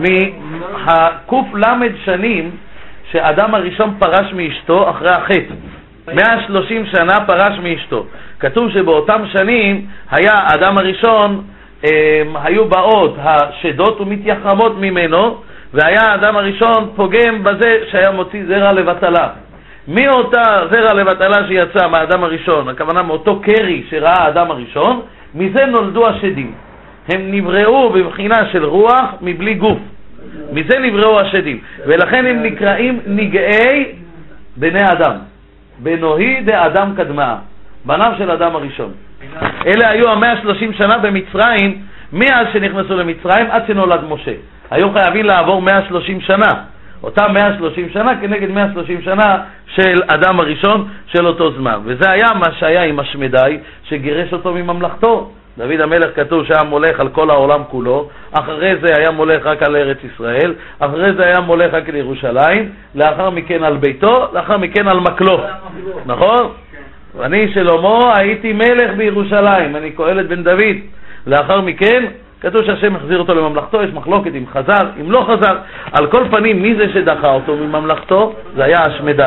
מהקוף למד שנים שאדם הראשון פרש מאשתו אחרי החטא. מאה ושלושים שנה פרש מאשתו. כתוב שבאותם שנים היה האדם הראשון, הם, היו באות השדות ומתייחמות ממנו, והיה האדם הראשון פוגם בזה שהיה מוציא זרע לבטלה. מאותה זרע לבטלה שיצא מהאדם הראשון, הכוונה מאותו קרי שראה האדם הראשון, מזה נולדו השדים. הם נבראו בבחינה של רוח מבלי גוף. מזה נבראו השדים. ולכן הם נקראים נגעי בני אדם. בנוהי דאדם קדמה, בניו של אדם הראשון. אלה היו המאה ושלושים שנה במצרים, מאז שנכנסו למצרים עד שנולד משה. היו חייבים לעבור מאה ושלושים שנה. אותם מאה ושלושים שנה כנגד מאה ושלושים שנה של אדם הראשון של אותו זמן. וזה היה מה שהיה עם אשמדאי שגירש אותו מממלכתו. דוד המלך כתוב שהיה מולך על כל העולם כולו, אחרי זה היה מולך רק על ארץ ישראל, אחרי זה היה מולך רק על ירושלים, לאחר מכן על ביתו, לאחר מכן על מקלו. נכון? ואני שלמה הייתי מלך בירושלים, אני קהלת בן דוד. לאחר מכן כתוב שהשם החזיר אותו לממלכתו, יש מחלוקת אם חזר, אם לא חזר. על כל פנים, מי זה שדחה אותו מממלכתו? זה היה אשמדאי.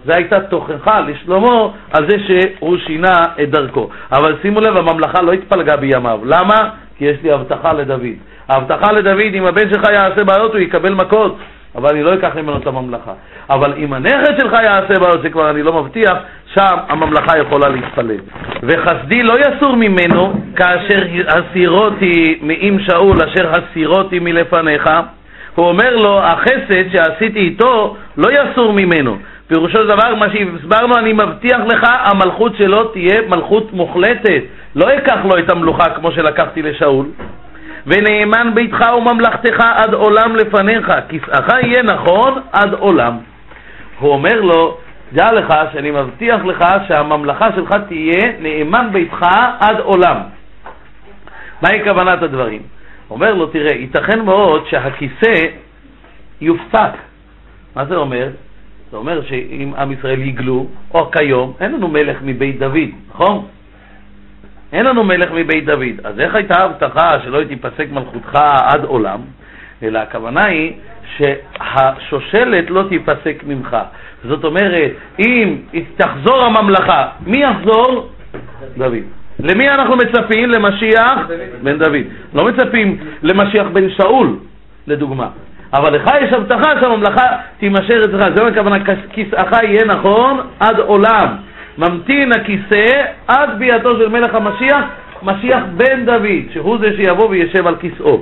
זה הייתה תוכחה לשלמה על זה שהוא שינה את דרכו. אבל שימו לב, הממלכה לא התפלגה בימיו. למה? כי יש לי הבטחה לדוד. ההבטחה לדוד, אם הבן שלך יעשה בעיות הוא יקבל מכות, אבל אני לא אקח ממנו את הממלכה. אבל אם הנכד שלך יעשה בעיות, זה כבר אני לא מבטיח, שם הממלכה יכולה להתפלג. וחסדי לא יסור ממנו כאשר הסירותי מעם שאול אשר הסירותי מלפניך. הוא אומר לו, החסד שעשיתי איתו לא יסור ממנו. פירושו של דבר, מה שהסברנו, אני מבטיח לך, המלכות שלו תהיה מלכות מוחלטת. לא אקח לו את המלוכה כמו שלקחתי לשאול. ונאמן ביתך וממלכתך עד עולם לפניך, כיסאך יהיה נכון עד עולם. הוא אומר לו, דע לך שאני מבטיח לך שהממלכה שלך תהיה נאמן ביתך עד עולם. מהי כוונת הדברים? אומר לו, תראה, ייתכן מאוד שהכיסא יופסק. מה זה אומר? זה אומר שאם עם ישראל יגלו, או כיום, אין לנו מלך מבית דוד, נכון? אין לנו מלך מבית דוד. אז איך הייתה הבטחה שלא תיפסק מלכותך עד עולם? אלא הכוונה היא שהשושלת לא תיפסק ממך. זאת אומרת, אם תחזור הממלכה, מי יחזור? דוד. למי אנחנו מצפים? למשיח בן דוד. לא מצפים למשיח בן שאול, לדוגמה. אבל לך יש הבטחה שהממלכה תימשך אצלך. זה הכוונה, כיסאך יהיה נכון עד עולם. ממתין הכיסא עד ביאתו של מלך המשיח, משיח בן דוד, שהוא זה שיבוא וישב על כיסאו.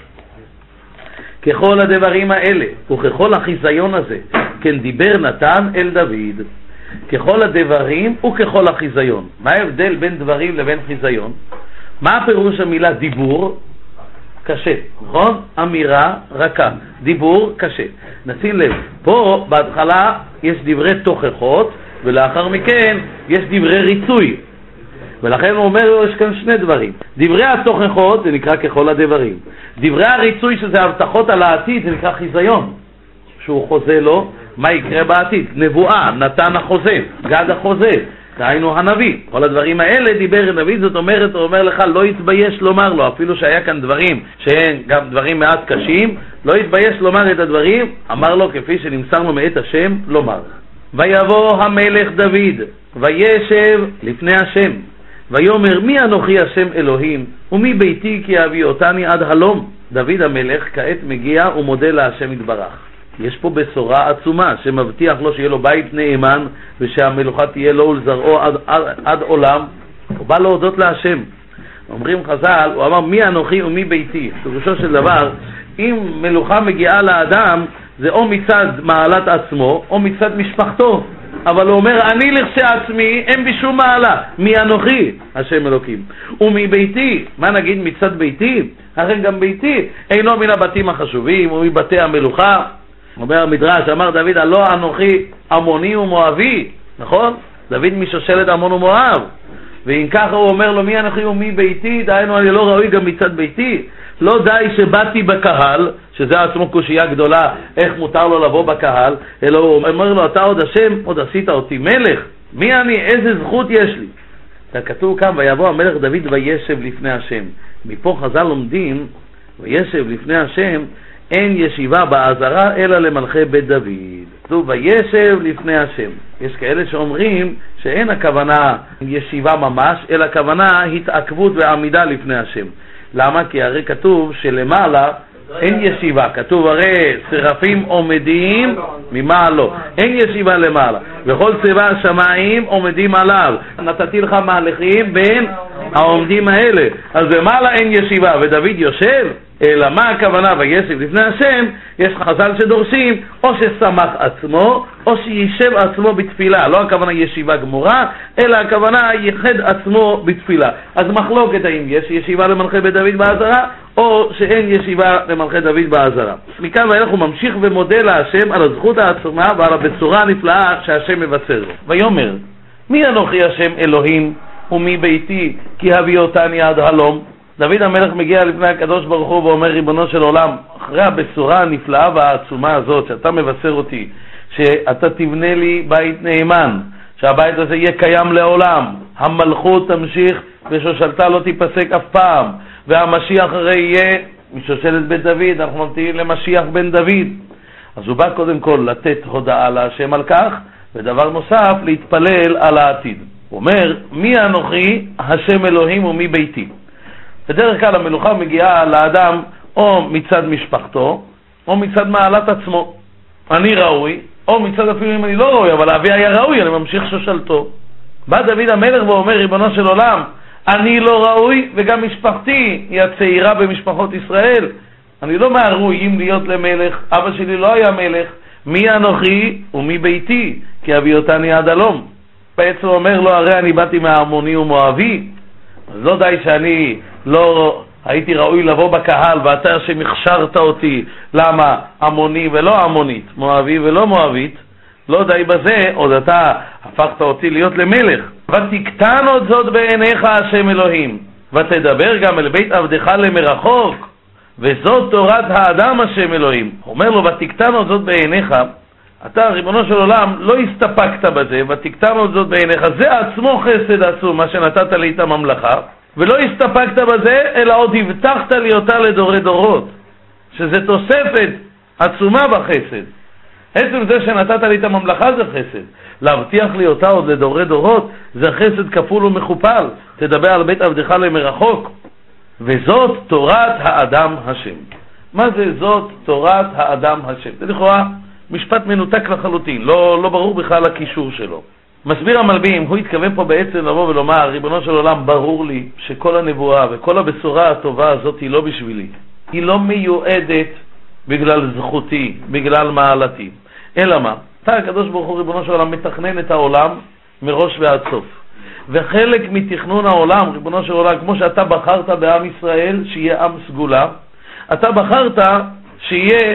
ככל הדברים האלה וככל החיזיון הזה, כן דיבר נתן אל דוד. ככל הדברים וככל החיזיון. מה ההבדל בין דברים לבין חיזיון? מה הפירוש המילה דיבור? קשה, נכון? אמירה רכה. דיבור קשה. נשים לב, פה בהתחלה יש דברי תוכחות, ולאחר מכן יש דברי ריצוי. ולכן הוא אומר, יש כאן שני דברים. דברי התוכחות זה נקרא ככל הדברים. דברי הריצוי שזה הבטחות על העתיד זה נקרא חיזיון. שהוא חוזה לו מה יקרה בעתיד. נבואה, נתן החוזה, גד החוזה, דהיינו הנביא. כל הדברים האלה דיבר דוד, זאת אומרת, הוא אומר לך, לא יתבייש לומר לו, אפילו שהיה כאן דברים שהם גם דברים מעט קשים, לא יתבייש לומר את הדברים, אמר לו כפי שנמסרנו מאת השם לומר. ויבוא המלך דוד וישב לפני השם ויאמר, מי אנוכי השם אלוהים ומי ביתי כי אביא אותני עד הלום. דוד המלך כעת מגיע ומודה להשם יתברך. יש פה בשורה עצומה שמבטיח לו שיהיה לו בית נאמן ושהמלוכה תהיה לו ולזרעו עד, עד, עד עולם. הוא בא להודות להשם. אומרים חז"ל, הוא אמר מי אנוכי ומי ביתי. פירושו של דבר, אם מלוכה מגיעה לאדם זה או מצד מעלת עצמו או מצד משפחתו, אבל הוא אומר אני לכשעצמי אין בי שום מעלה. מי אנוכי השם אלוקים ומי ביתי, מה נגיד מצד ביתי? הרי גם ביתי אינו מן הבתים החשובים או מבתי המלוכה. אומר המדרש, אמר דוד, הלא אנוכי עמוני ומואבי, נכון? דוד משושלת עמון ומואב. ואם ככה הוא אומר לו מי אנוכי ומי ביתי, דהיינו אני לא ראוי גם מצד ביתי. לא די שבאתי בקהל, שזה עצמו קושייה גדולה, איך מותר לו לבוא בקהל, אלא הוא אומר לו, אתה עוד השם, עוד עשית אותי מלך, מי אני, איזה זכות יש לי? כתוב כאן, ויבוא המלך דוד וישב לפני השם. מפה חז"ל לומדים, וישב לפני השם, אין ישיבה בעזרה אלא למלכי בית דוד. כתוב וישב לפני השם. יש כאלה שאומרים שאין הכוונה ישיבה ממש, אלא הכוונה התעכבות ועמידה לפני השם. למה? כי הרי כתוב שלמעלה אין ישיבה. כתוב הרי שרפים עומדים ממעלו, אין ישיבה למעלה, וכל צבא השמיים עומדים עליו. נתתי לך מהלכים בין העומדים האלה, אז למעלה אין ישיבה ודוד יושב. אלא מה הכוונה וישב לפני השם? יש חז"ל שדורשים או ששמח עצמו או שישב עצמו בתפילה. לא הכוונה ישיבה גמורה, אלא הכוונה ייחד עצמו בתפילה. אז מחלוקת האם יש ישיבה למלכי בית דוד בעזרה או שאין ישיבה למלכי דוד בעזרה. מכאן ואילך הוא ממשיך ומודה להשם על הזכות העצומה ועל הבצורה הנפלאה שהשם מבשר לו. ויאמר, מי אנוכי השם אלוהים ומי ביתי כי הביא אותני עד הלום. דוד המלך מגיע לפני הקדוש ברוך הוא ואומר, ריבונו של עולם, אחרי הבשורה הנפלאה והעצומה הזאת שאתה מבשר אותי, שאתה תבנה לי בית נאמן, שהבית הזה יהיה קיים לעולם, המלכות תמשיך ושושלתה לא תיפסק אף פעם, והמשיח הרי יהיה משושלת בית דוד, אנחנו ממתינים למשיח בן דוד. אז הוא בא קודם כל לתת הודעה להשם על כך, ודבר נוסף, להתפלל על העתיד. הוא אומר, מי אנוכי השם אלוהים ומי ביתי? בדרך כלל המלוכה מגיעה לאדם או מצד משפחתו או מצד מעלת עצמו. אני ראוי, או מצד אפילו אם אני לא ראוי, אבל אבי היה ראוי, אני ממשיך שושלתו. בא דוד המלך ואומר, ריבונו של עולם, אני לא ראוי וגם משפחתי היא הצעירה במשפחות ישראל. אני לא מהראויים להיות למלך, אבא שלי לא היה מלך. מי אנוכי ומי ביתי? כי אבי אותני עד הלום. בעצם אומר לו, הרי אני באתי מהעמוני ומואבי, אז לא די שאני לא הייתי ראוי לבוא בקהל, ואתה שמכשרת אותי, למה עמוני ולא עמונית, מואבי ולא מואבית, לא די בזה, עוד אתה הפכת אותי להיות למלך. ותקטן עוד זאת בעיניך השם אלוהים, ותדבר גם אל בית עבדך למרחוק, וזאת תורת האדם השם אלוהים. אומר לו, ותקטן עוד זאת בעיניך, אתה ריבונו של עולם לא הסתפקת בזה, ותקטן עוד זאת בעיניך, זה עצמו חסד עצום, מה שנתת לי את הממלכה, ולא הסתפקת בזה, אלא עוד הבטחת לי אותה לדורי דורות, שזה תוספת עצומה בחסד. עצם זה שנתת לי את הממלכה זה חסד, להבטיח לי אותה עוד לדורי דורות, זה חסד כפול ומכופל. תדבר על בית עבדך למרחוק, וזאת תורת האדם השם. מה זה זאת תורת האדם השם? זה לכאורה משפט מנותק לחלוטין, לא, לא ברור בכלל הקישור שלו. מסביר המלבים, הוא התכוון פה בעצם לבוא ולומר, ריבונו של עולם, ברור לי שכל הנבואה וכל הבשורה הטובה הזאת היא לא בשבילי, היא לא מיועדת בגלל זכותי, בגלל מעלתי, אלא מה? אתה הקדוש ברוך הוא ריבונו של עולם מתכנן את העולם מראש ועד סוף, וחלק מתכנון העולם, ריבונו של עולם, כמו שאתה בחרת בעם ישראל שיהיה עם סגולה, אתה בחרת שיהיה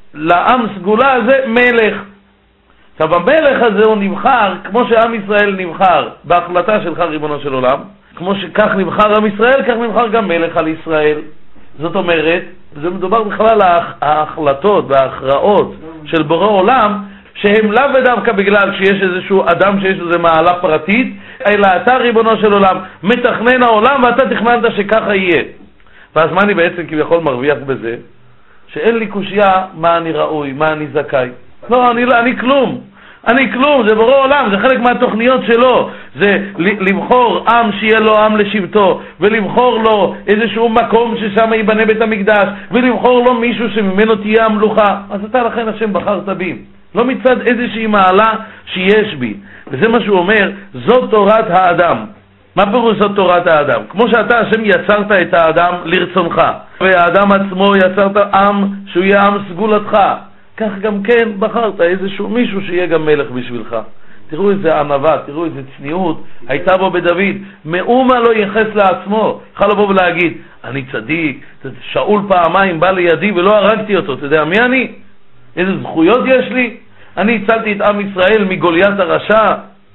לעם סגולה הזה מלך. עכשיו המלך הזה הוא נבחר כמו שעם ישראל נבחר בהחלטה שלך ריבונו של עולם, כמו שכך נבחר עם ישראל, כך נבחר גם מלך על ישראל. זאת אומרת, זה מדובר בכלל על ההחלטות וההכרעות של בורא עולם, שהם לאו ודווקא בגלל שיש איזשהו אדם שיש איזו מעלה פרטית, אלא אתה ריבונו של עולם מתכנן העולם ואתה תכננת שככה יהיה. ואז מה אני בעצם כביכול מרוויח בזה? שאין לי קושיה מה אני ראוי, מה אני זכאי. לא, אני, אני כלום. אני כלום, זה בורא עולם, זה חלק מהתוכניות שלו. זה לבחור עם שיהיה לו עם לשבטו, ולבחור לו איזשהו מקום ששם ייבנה בית המקדש, ולבחור לו מישהו שממנו תהיה המלוכה. אז אתה לכן השם בחרת בי, לא מצד איזושהי מעלה שיש בי. וזה מה שהוא אומר, זאת תורת האדם. מה פירוש זאת תורת האדם? כמו שאתה השם יצרת את האדם לרצונך, והאדם עצמו יצרת עם שהוא יהיה עם סגולתך, כך גם כן בחרת איזשהו מישהו שיהיה גם מלך בשבילך. תראו איזה ענווה, תראו איזה צניעות הייתה בו בדוד. מאומה לא ייחס לעצמו, יכול לבוא ולהגיד, אני צדיק, שאול פעמיים בא לידי ולא הרגתי אותו. אתה יודע מי אני? איזה זכויות יש לי? אני הצלתי את עם ישראל מגוליית הרשע,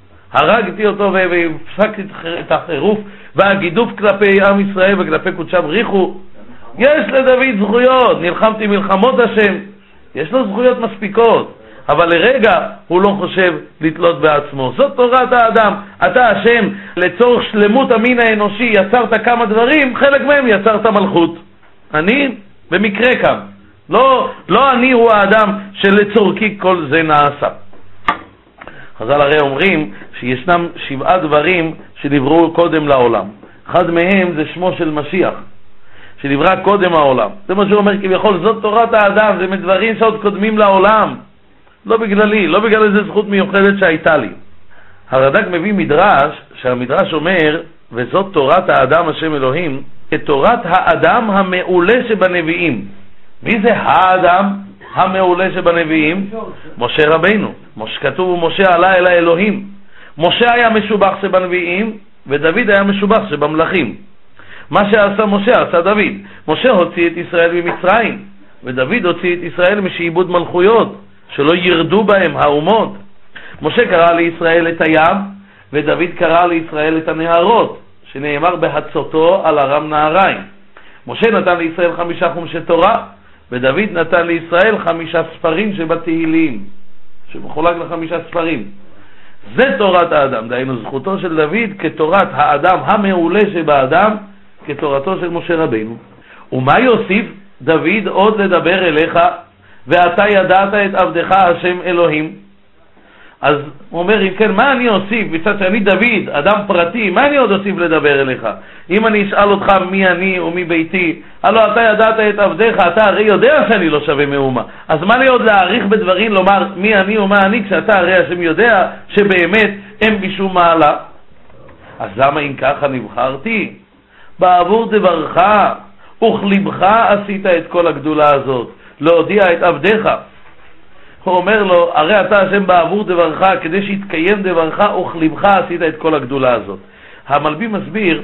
הרגתי אותו והפסקתי את החירוף והגידוף כלפי עם ישראל וכלפי קודשם ריחו. יש לדוד זכויות, נלחמתי מלחמות השם, יש לו זכויות מספיקות, אבל לרגע הוא לא חושב לתלות בעצמו. זאת תורת האדם. אתה השם לצורך שלמות המין האנושי יצרת כמה דברים, חלק מהם יצרת מלכות. אני במקרה כאן, לא, לא אני הוא האדם שלצורכי כל זה נעשה. חז"ל הרי אומרים שישנם שבעה דברים שנבראו קודם לעולם. אחד מהם זה שמו של משיח, שנברא קודם העולם. זה מה שהוא אומר כביכול, זאת תורת האדם, זה מדברים שעוד קודמים לעולם. לא בגללי, לא בגלל איזו זכות מיוחדת שהייתה לי. הרד"ק מביא מדרש, שהמדרש אומר, וזאת תורת האדם השם אלוהים, כתורת האדם המעולה שבנביאים. מי זה האדם המעולה שבנביאים? משה רבינו. משה, כתוב משה עלה אל האלוהים. משה היה משובח שבנביאים, ודוד היה משובח שבמלכים. מה שעשה משה עשה דוד. משה הוציא את ישראל ממצרים, ודוד הוציא את ישראל משעבוד מלכויות, שלא ירדו בהם האומות. משה קרא לישראל את הים, ודוד קרא לישראל את הנהרות, שנאמר בהצותו על ארם נהריים. משה נתן לישראל חמישה חומשי תורה, ודוד נתן לישראל חמישה ספרים שבתהילים, שמחולק לחמישה ספרים. זה תורת האדם, דהיינו זכותו של דוד כתורת האדם המעולה שבאדם, כתורתו של משה רבינו. ומה יוסיף דוד עוד לדבר אליך, ואתה ידעת את עבדך השם אלוהים? אז הוא אומר, אם כן, מה אני אוסיף? מצד שאני דוד, אדם פרטי, מה אני עוד אוסיף לדבר אליך? אם אני אשאל אותך מי אני ומי ביתי, הלא אתה ידעת את עבדיך, אתה הרי יודע שאני לא שווה מאומה. אז מה לי עוד להעריך בדברים, לומר מי אני ומה אני, כשאתה הרי השם יודע שבאמת אין בשום מעלה? אז למה אם ככה נבחרתי? בעבור דברך וכליבך עשית את כל הגדולה הזאת, להודיע את עבדיך. הוא אומר לו, הרי אתה השם בעבור דברך, כדי שיתקיים דברך וכליבך עשית את כל הגדולה הזאת. המלבי מסביר,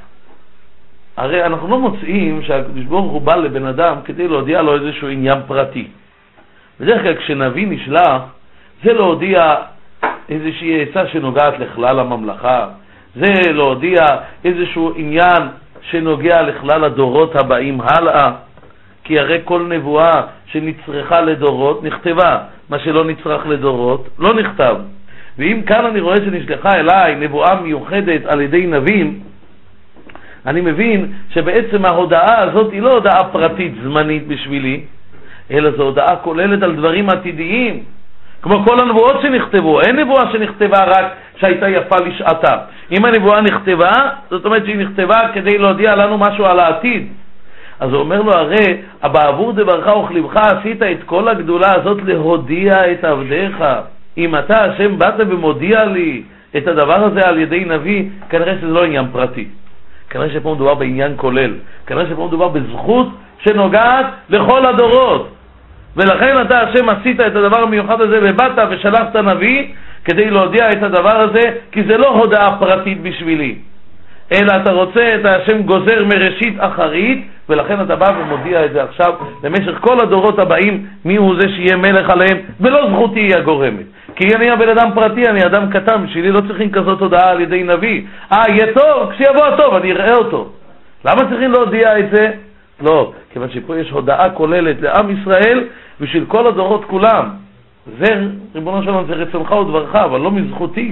הרי אנחנו לא מוצאים שהקדוש ברוך הוא בא לבן אדם כדי להודיע לו איזשהו עניין פרטי. בדרך כלל כשנביא נשלח, זה להודיע איזושהי עצה שנוגעת לכלל הממלכה, זה להודיע איזשהו עניין שנוגע לכלל הדורות הבאים הלאה, כי הרי כל נבואה שנצרכה לדורות נכתבה, מה שלא נצרך לדורות לא נכתב. ואם כאן אני רואה שנשלחה אליי נבואה מיוחדת על ידי נביאים, אני מבין שבעצם ההודעה הזאת היא לא הודעה פרטית זמנית בשבילי, אלא זו הודעה כוללת על דברים עתידיים, כמו כל הנבואות שנכתבו. אין נבואה שנכתבה רק שהייתה יפה לשעתה. אם הנבואה נכתבה, זאת אומרת שהיא נכתבה כדי להודיע לנו משהו על העתיד. אז הוא אומר לו, הרי בעבור דברך וכליבך עשית את כל הגדולה הזאת להודיע את עבדיך. אם אתה השם באת ומודיע לי את הדבר הזה על ידי נביא, כנראה שזה לא עניין פרטי, כנראה שפה מדובר בעניין כולל, כנראה שפה מדובר בזכות שנוגעת לכל הדורות. ולכן אתה השם עשית את הדבר המיוחד הזה ובאת ושלחת נביא כדי להודיע את הדבר הזה, כי זה לא הודעה פרטית בשבילי, אלא אתה רוצה את השם גוזר מראשית אחרית, ולכן אתה בא ומודיע את זה עכשיו למשך כל הדורות הבאים, מי הוא זה שיהיה מלך עליהם, ולא זכותי היא הגורמת. כי אני הבן אדם פרטי, אני אדם קטן, בשבילי לא צריכים כזאת הודעה על ידי נביא. אה, יהיה טוב, כשיבוא הטוב אני אראה אותו. למה צריכים להודיע את זה? לא, כיוון שפה יש הודעה כוללת לעם ישראל בשביל כל הדורות כולם. זה, ריבונו שלום, זה רצונך ודברך, אבל לא מזכותי.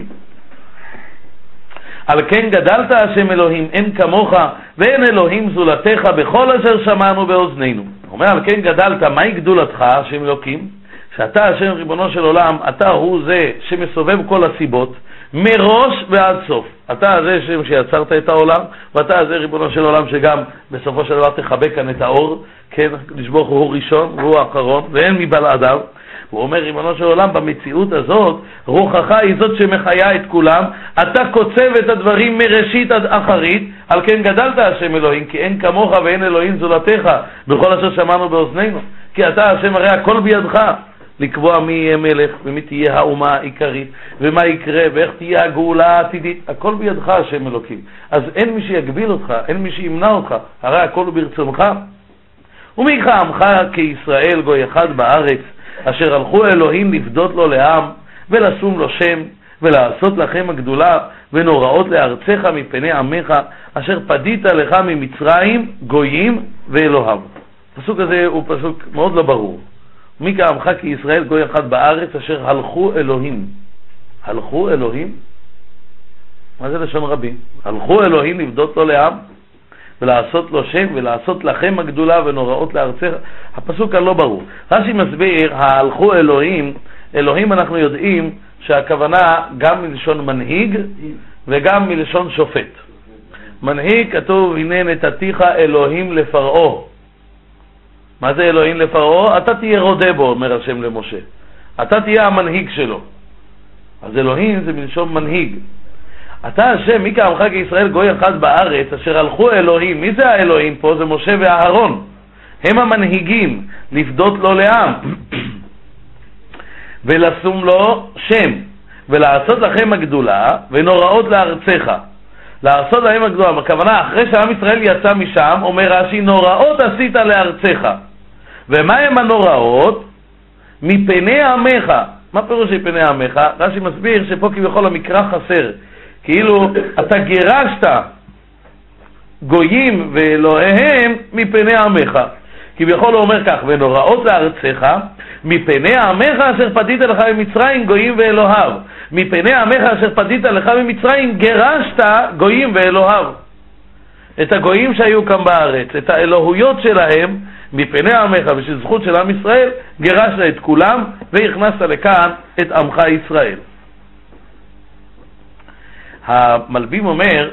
על כן גדלת השם אלוהים, אין כמוך ואין אלוהים זולתך בכל אשר שמענו באוזנינו. הוא אומר, על כן גדלת, מהי גדולתך השם אלוקים? שאתה השם ריבונו של עולם, אתה הוא זה שמסובב כל הסיבות מראש ועד סוף. אתה זה שם שיצרת את העולם, ואתה זה ריבונו של עולם שגם בסופו של דבר תחבק כאן את האור, כן, לשבוך הוא ראשון והוא האחרון ואין מבלעדיו. הוא אומר, ריבונו של עולם, במציאות הזאת רוחך היא זאת שמחיה את כולם, אתה קוצב את הדברים מראשית עד אחרית. על כן גדלת השם אלוהים, כי אין כמוך ואין אלוהים זולתך בכל אשר שמענו באוזנינו. כי אתה השם, הרי הכל בידך לקבוע מי יהיה מלך ומי תהיה האומה העיקרית ומה יקרה ואיך תהיה הגאולה העתידית, הכל בידך השם אלוקים. אז אין מי שיגביל אותך, אין מי שימנע אותך, הרי הכל ברצונך. ומי עמך כישראל גוי אחד בארץ, אשר הלכו אלוהים לפדות לו לעם ולשום לו שם ולעשות לכם הגדולה ונוראות לארצך מפני עמך, אשר פדית לך ממצרים גויים ואלוהיו. הפסוק הזה הוא פסוק מאוד לא ברור. מי כעמך כישראל גוי אחד בארץ, אשר הלכו אלוהים. הלכו אלוהים? מה זה לשון רבים? הלכו אלוהים לפדות לו לעם ולעשות לו שם ולעשות לכם הגדולה ונוראות לארצך. הפסוק הלא ברור. רש"י מסביר, הלכו אלוהים, אלוהים אנחנו יודעים שהכוונה גם מלשון מנהיג וגם מלשון שופט. מנהיג כתוב, הנה נתתיך אלוהים לפרעה. מה זה אלוהים לפרעה? אתה תהיה רודה בו, אומר השם למשה. אתה תהיה המנהיג שלו. אז אלוהים זה מלשון מנהיג. אתה השם, מי כעמך כישראל גוי אחד בארץ, אשר הלכו אלוהים. מי זה האלוהים פה? זה משה ואהרון. הם המנהיגים, לפדות לו לעם ולשום לו שם ולעשות לכם הגדולה ונוראות לארצך. לעשות להם הגדולה, בכוונה אחרי שעם ישראל יצא משם, אומר רש"י, נוראות עשית לארצך. ומה הם הנוראות? מפני עמך. מה פירוש מפני עמך? רש"י מסביר שפה כביכול המקרא חסר, כאילו אתה גירשת גויים ואלוהיהם מפני עמך. כביכול הוא אומר כך, ונוראות לארצך מפני עמך אשר פדית לך ממצרים גויים ואלוהיו. מפני עמך אשר פדית לך ממצרים גירשת גויים ואלוהיו. את הגויים שהיו כאן בארץ, את האלוהויות שלהם, מפני עמך בשביל זכות של עם ישראל, גירשת את כולם והכנסת לכאן את עמך ישראל. המלבים אומר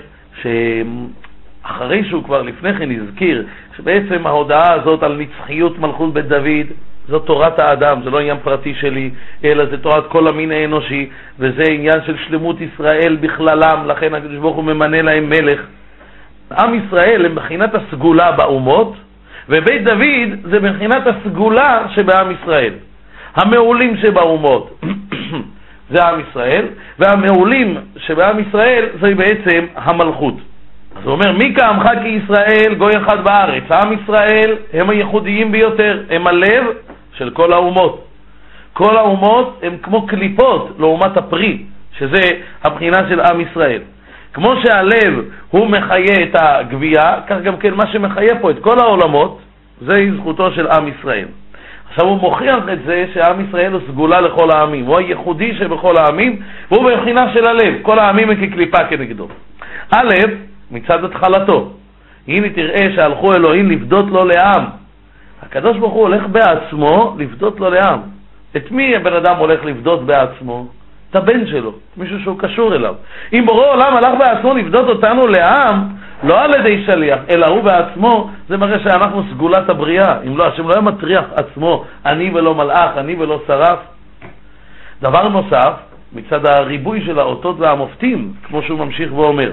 שאחרי שהוא כבר לפני כן הזכיר שבעצם ההודעה הזאת על נצחיות מלכות בית דוד זו תורת האדם, זה לא עניין פרטי שלי, אלא זה תורת כל המין האנושי, וזה עניין של שלמות ישראל בכללם, לכן הקדוש ברוך הוא ממנה להם מלך. עם ישראל הם בחינת הסגולה באומות, ובית דוד זה בחינת הסגולה שבעם ישראל. המעולים שבאומות זה עם ישראל, והמעולים שבעם ישראל זה בעצם המלכות. אז הוא אומר, מי כעמך כישראל גוי אחד בארץ. עם ישראל הם הייחודיים ביותר, הם הלב של כל האומות. כל האומות הם כמו קליפות לעומת הפרי, שזה הבחינה של עם ישראל. כמו שהלב הוא מחיה את הגבייה, כך גם כן מה שמחיה פה את כל העולמות, זה זכותו של עם ישראל. עכשיו הוא מוכיח את זה שעם ישראל הוא סגולה לכל העמים, הוא הייחודי שבכל העמים, והוא בבחינה של הלב, כל העמים הם כקליפה כנגדו. הלב מצד התחלתו, הנה תראה שהלכו אלוהים לפדות לו לעם. הקדוש ברוך הוא הולך בעצמו לפדות לו לעם. את מי הבן אדם הולך לפדות בעצמו? את הבן שלו, מישהו שהוא קשור אליו. אם בורא עולם הלך בעצמו לפדות אותנו לעם, לא על ידי שליח, אלא הוא בעצמו, זה מראה שאנחנו סגולת הבריאה. אם לא, השם לא היה מטריח עצמו, אני ולא מלאך, אני ולא שרף. דבר נוסף, מצד הריבוי של האותות והמופתים, כמו שהוא ממשיך ואומר,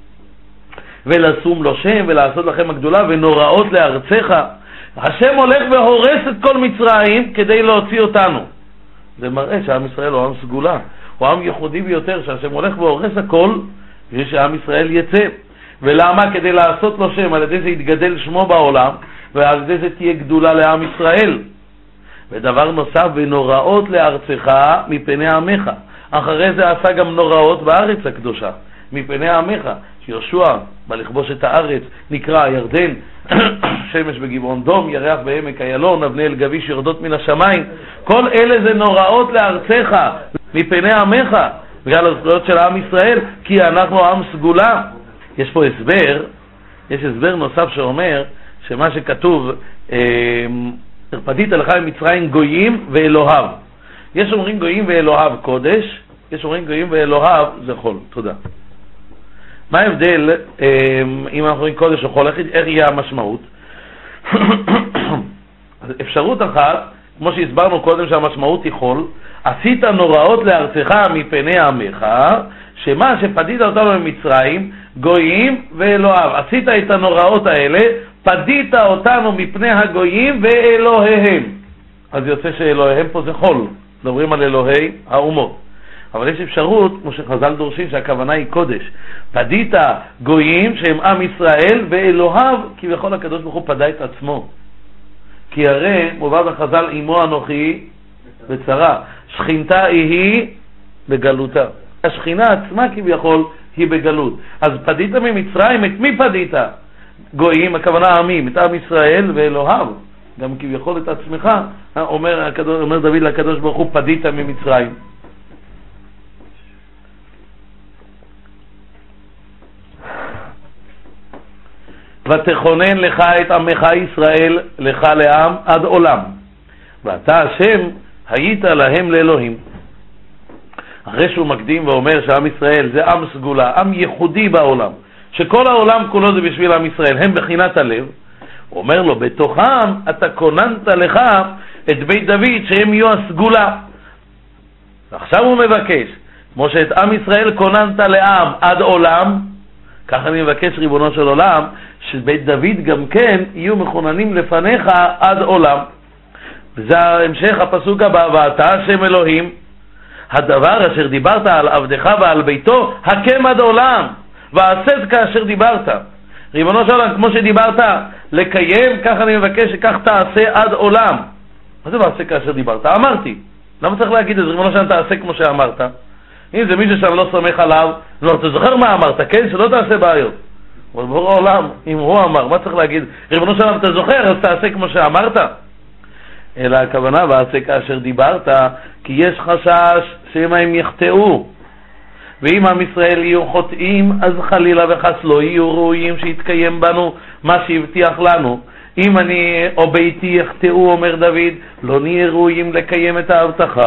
ולשום לו שם ולעשות לכם הגדולה ונוראות לארצך. השם הולך והורס את כל מצרים כדי להוציא אותנו. זה מראה שעם ישראל הוא עם סגולה, הוא עם ייחודי ביותר, שהשם הולך והורס הכל כדי שעם ישראל יצא. ולמה? כדי לעשות לו שם, על ידי זה יתגדל שמו בעולם, ועל ידי זה תהיה גדולה לעם ישראל. ודבר נוסף, ונוראות לארצך מפני עמך. אחרי זה עשה גם נוראות בארץ הקדושה מפני עמך. יהושע בא לכבוש את הארץ, נקרא הירדן, שמש בגבעון דום, ירח בעמק איילון, אבני אל גביש יורדות מן השמיים. כל אלה זה נוראות לארצך מפני עמך, בגלל הזכויות של העם ישראל, כי אנחנו עם סגולה. יש פה הסבר, יש הסבר נוסף שאומר שמה שכתוב, פדית לך ממצרים גויים ואלוהיו. יש אומרים גויים ואלוהיו קודש, יש אומרים גויים ואלוהיו זה חול. תודה. מה ההבדל אם אנחנו אומרים קודש או חול? איך יהיה המשמעות? אפשרות אחת, כמו שהסברנו קודם שהמשמעות היא חול, עשית נוראות לארצך מפני עמך, שמה שפדית אותנו ממצרים גויים ואלוהיו. עשית את הנוראות האלה, פדית אותנו מפני הגויים ואלוהיהם. אז יוצא שאלוהיהם פה זה חול, מדברים על אלוהי האומות. אבל יש אפשרות, כמו שחז"ל דורשים, שהכוונה היא קודש. פדית גויים שהם עם ישראל ואלוהיו, כי בכל הקדוש ברוך הוא פדה את עצמו. כי הרי מובא בחז"ל עמו אנוכי בצרה, שכינתה היא בגלותה. השכינה עצמה כביכול היא בגלות. אז פדית ממצרים, את מי פדית? גויים, הכוונה עמים, את עם ישראל ואלוהיו. גם כביכול את עצמך, אומר, הקדוש, אומר דוד לקדוש ברוך הוא, פדית ממצרים. ותכונן לך את עמך ישראל לך לעם עד עולם, ואתה השם היית להם לאלוהים. אחרי שהוא מקדים ואומר שעם ישראל זה עם סגולה, עם ייחודי בעולם, שכל העולם כולו זה בשביל עם ישראל, הם בחינת הלב, הוא אומר לו, בתוכם אתה כוננת לך את בית דוד שהם יהיו הסגולה. ועכשיו הוא מבקש, כמו שאת עם ישראל כוננת לעם עד עולם, כך אני מבקש ריבונו של עולם, שבית דוד גם כן יהיו מכוננים לפניך עד עולם. וזה המשך הפסוק הבא, ואתה השם אלוהים, הדבר אשר דיברת על עבדך ועל ביתו, הקם עד עולם, ועשת כאשר דיברת. ריבונו של עולם, כמו שדיברת לקיים, כך אני מבקש שכך תעשה עד עולם. מה זה ועשה כאשר דיברת? אמרתי. למה צריך להגיד את זה? ריבונו של עולם, תעשה כמו שאמרת. אם זה מישהו שאני לא סומך עליו, לא, אתה זוכר מה אמרת, כן? שלא תעשה בעיות. אבל בורא עולם, אם הוא אמר, מה צריך להגיד? ריבונו של עולם, אתה זוכר, אז תעשה כמו שאמרת. אלא הכוונה, ועשה כאשר דיברת, כי יש חשש שהם הם יחטאו. ואם עם ישראל יהיו חוטאים, אז חלילה וחס לא יהיו ראויים שיתקיים בנו מה שהבטיח לנו. אם אני או ביתי יחטאו, אומר דוד, לא נהיה ראויים לקיים את ההבטחה.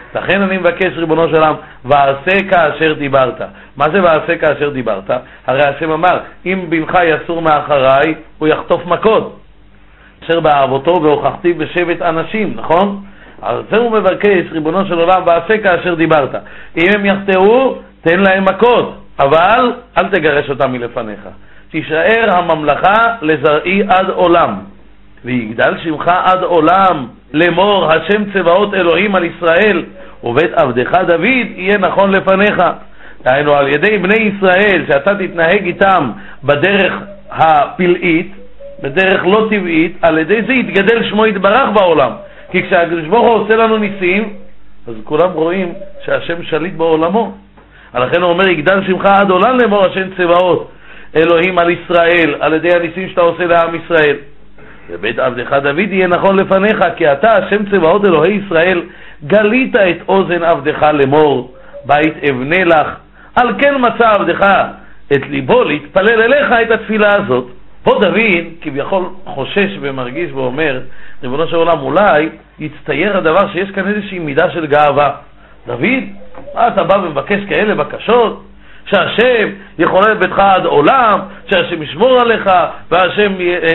לכן אני מבקש ריבונו של עולם, ועשה כאשר דיברת. מה זה ועשה כאשר דיברת? הרי השם אמר, אם בנך יסור מאחריי, הוא יחטוף מכות. אשר באהבתו והוכחתי בשבט אנשים, נכון? אז זה הוא מבקש, ריבונו של עולם, ועשה כאשר דיברת. אם הם יחטאו, תן להם מכות, אבל אל תגרש אותם מלפניך. תישאר הממלכה לזרעי עד עולם, ויגדל שמך עד עולם, לאמור השם צבאות אלוהים על ישראל, ובית עבדך דוד יהיה נכון לפניך. דהיינו, על ידי בני ישראל, שאתה תתנהג איתם בדרך הפלאית, בדרך לא טבעית, על ידי זה יתגדל שמו יתברך בעולם. כי כשהקדוש ברוך הוא עושה לנו ניסים, אז כולם רואים שהשם שליט בעולמו. לכן הוא אומר, יגדל שמך עד עולם, לאמור השם צבאות אלוהים על ישראל, על ידי הניסים שאתה עושה לעם ישראל. ובית עבדך דוד יהיה נכון לפניך, כי אתה השם צבאות אלוהי ישראל, גלית את אוזן עבדך לאמור, בית אבנה לך. על כן מצא עבדך את ליבו להתפלל אליך את התפילה הזאת. פה דוד כביכול חושש ומרגיש ואומר, ריבונו של עולם, אולי יצטייר הדבר שיש כאן איזושהי מידה של גאווה. דוד, מה אתה בא ומבקש כאלה בקשות? שהשם יכונן את ביתך עד עולם, שהשם ישמור עליך, והשם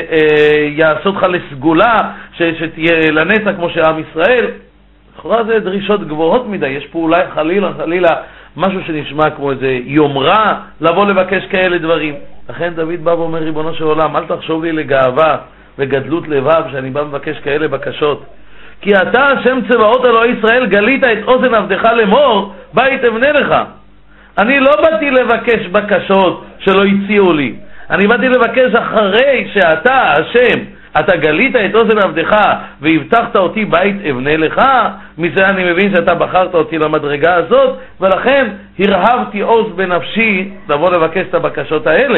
יעשה אותך לסגולה, שתהיה לנצח כמו שעם ישראל. לכאורה זה דרישות גבוהות מדי, יש פה אולי חלילה חלילה משהו שנשמע כמו איזה יומרה לבוא לבקש כאלה דברים. לכן דוד בא ואומר, ריבונו של עולם, אל תחשוב לי לגאווה וגדלות לבב שאני בא מבקש כאלה בקשות, כי אתה השם צבאות אלוהי ישראל, גלית את אוזן עבדך לאמור, בית אבנה לך. אני לא באתי לבקש בקשות שלא הציעו לי, אני באתי לבקש אחרי שאתה השם, אתה גלית את אוזן עבדך והבטחת אותי בית אבנה לך. מזה אני מבין שאתה בחרת אותי למדרגה הזאת, ולכן הרהבתי עוז בנפשי לבוא לבקש את הבקשות האלה.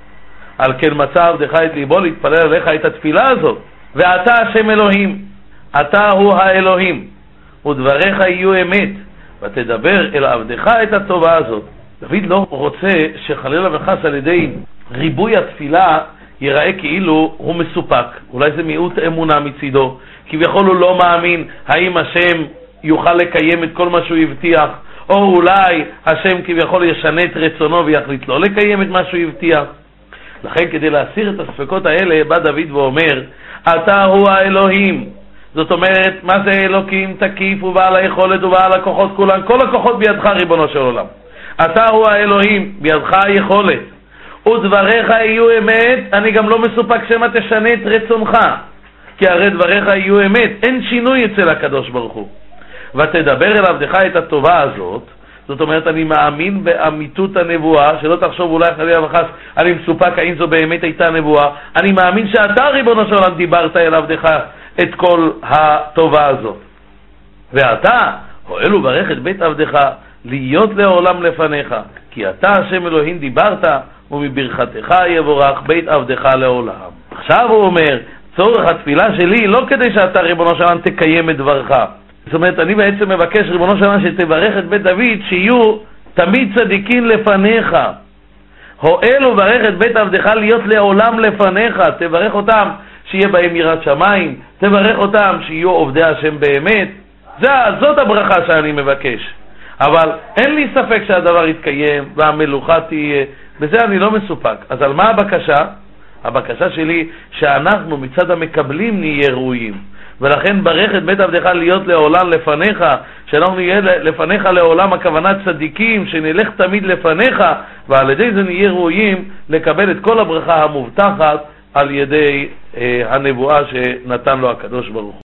על כן מצא עבדך את ליבו להתפלל עליך את התפילה הזאת. ואתה השם אלוהים, אתה הוא האלוהים, ודבריך יהיו אמת, ותדבר אל עבדך את הטובה הזאת. דוד לא רוצה שחלילה וחס על ידי ריבוי התפילה ייראה כאילו הוא מסופק. אולי זה מיעוט אמונה מצידו, כביכול הוא לא מאמין האם השם יוכל לקיים את כל מה שהוא הבטיח, או אולי השם כביכול ישנה את רצונו ויחליט לא לקיים את מה שהוא הבטיח. לכן כדי להסיר את הספקות האלה בא דוד ואומר, אתה הוא האלוהים. זאת אומרת, מה זה אלוקים? תקיף ובעל היכולת ובעל הכוחות כולן, כל הכוחות בידך ריבונו של עולם. אתה הוא האלוהים, בידך היכולת, ודבריך יהיו אמת. אני גם לא מסופק שמה תשנה את רצונך, כי הרי דבריך יהיו אמת, אין שינוי אצל הקדוש ברוך הוא. ותדבר אל עבדך את הטובה הזאת. זאת אומרת, אני מאמין באמיתות הנבואה, שלא תחשוב אולי חלילה וחס אני מסופק האם זו באמת הייתה נבואה. אני מאמין שאתה ריבונו של עולם דיברת אל עבדך את כל הטובה הזאת. ואתה הואל וברך את בית עבדך להיות לעולם לפניך, כי אתה השם אלוהים דיברת, ומברכתך יבורך בית עבדך לעולם. עכשיו הוא אומר, צורך התפילה שלי לא כדי שאתה ריבונו של עולם תקיים את דברך. זאת אומרת, אני בעצם מבקש ריבונו של עולם שתברך את בית דוד שיהיו תמיד צדיקים לפניך. הואל וברך את בית עבדך להיות לעולם לפניך. תברך אותם שיהיה בהם יראת שמיים, תברך אותם שיהיו עובדי השם באמת. זאת הברכה שאני מבקש. אבל אין לי ספק שהדבר יתקיים והמלוכה תהיה, בזה אני לא מסופק. אז על מה הבקשה? הבקשה שלי שאנחנו מצד המקבלים נהיה ראויים, ולכן ברך את בית עבדך להיות לעולם לפניך, שאנחנו נהיה לפניך לעולם, הכוונה צדיקים, שנלך תמיד לפניך, ועל ידי זה נהיה ראויים לקבל את כל הברכה המובטחת על ידי אה, הנבואה שנתן לו הקדוש ברוך הוא.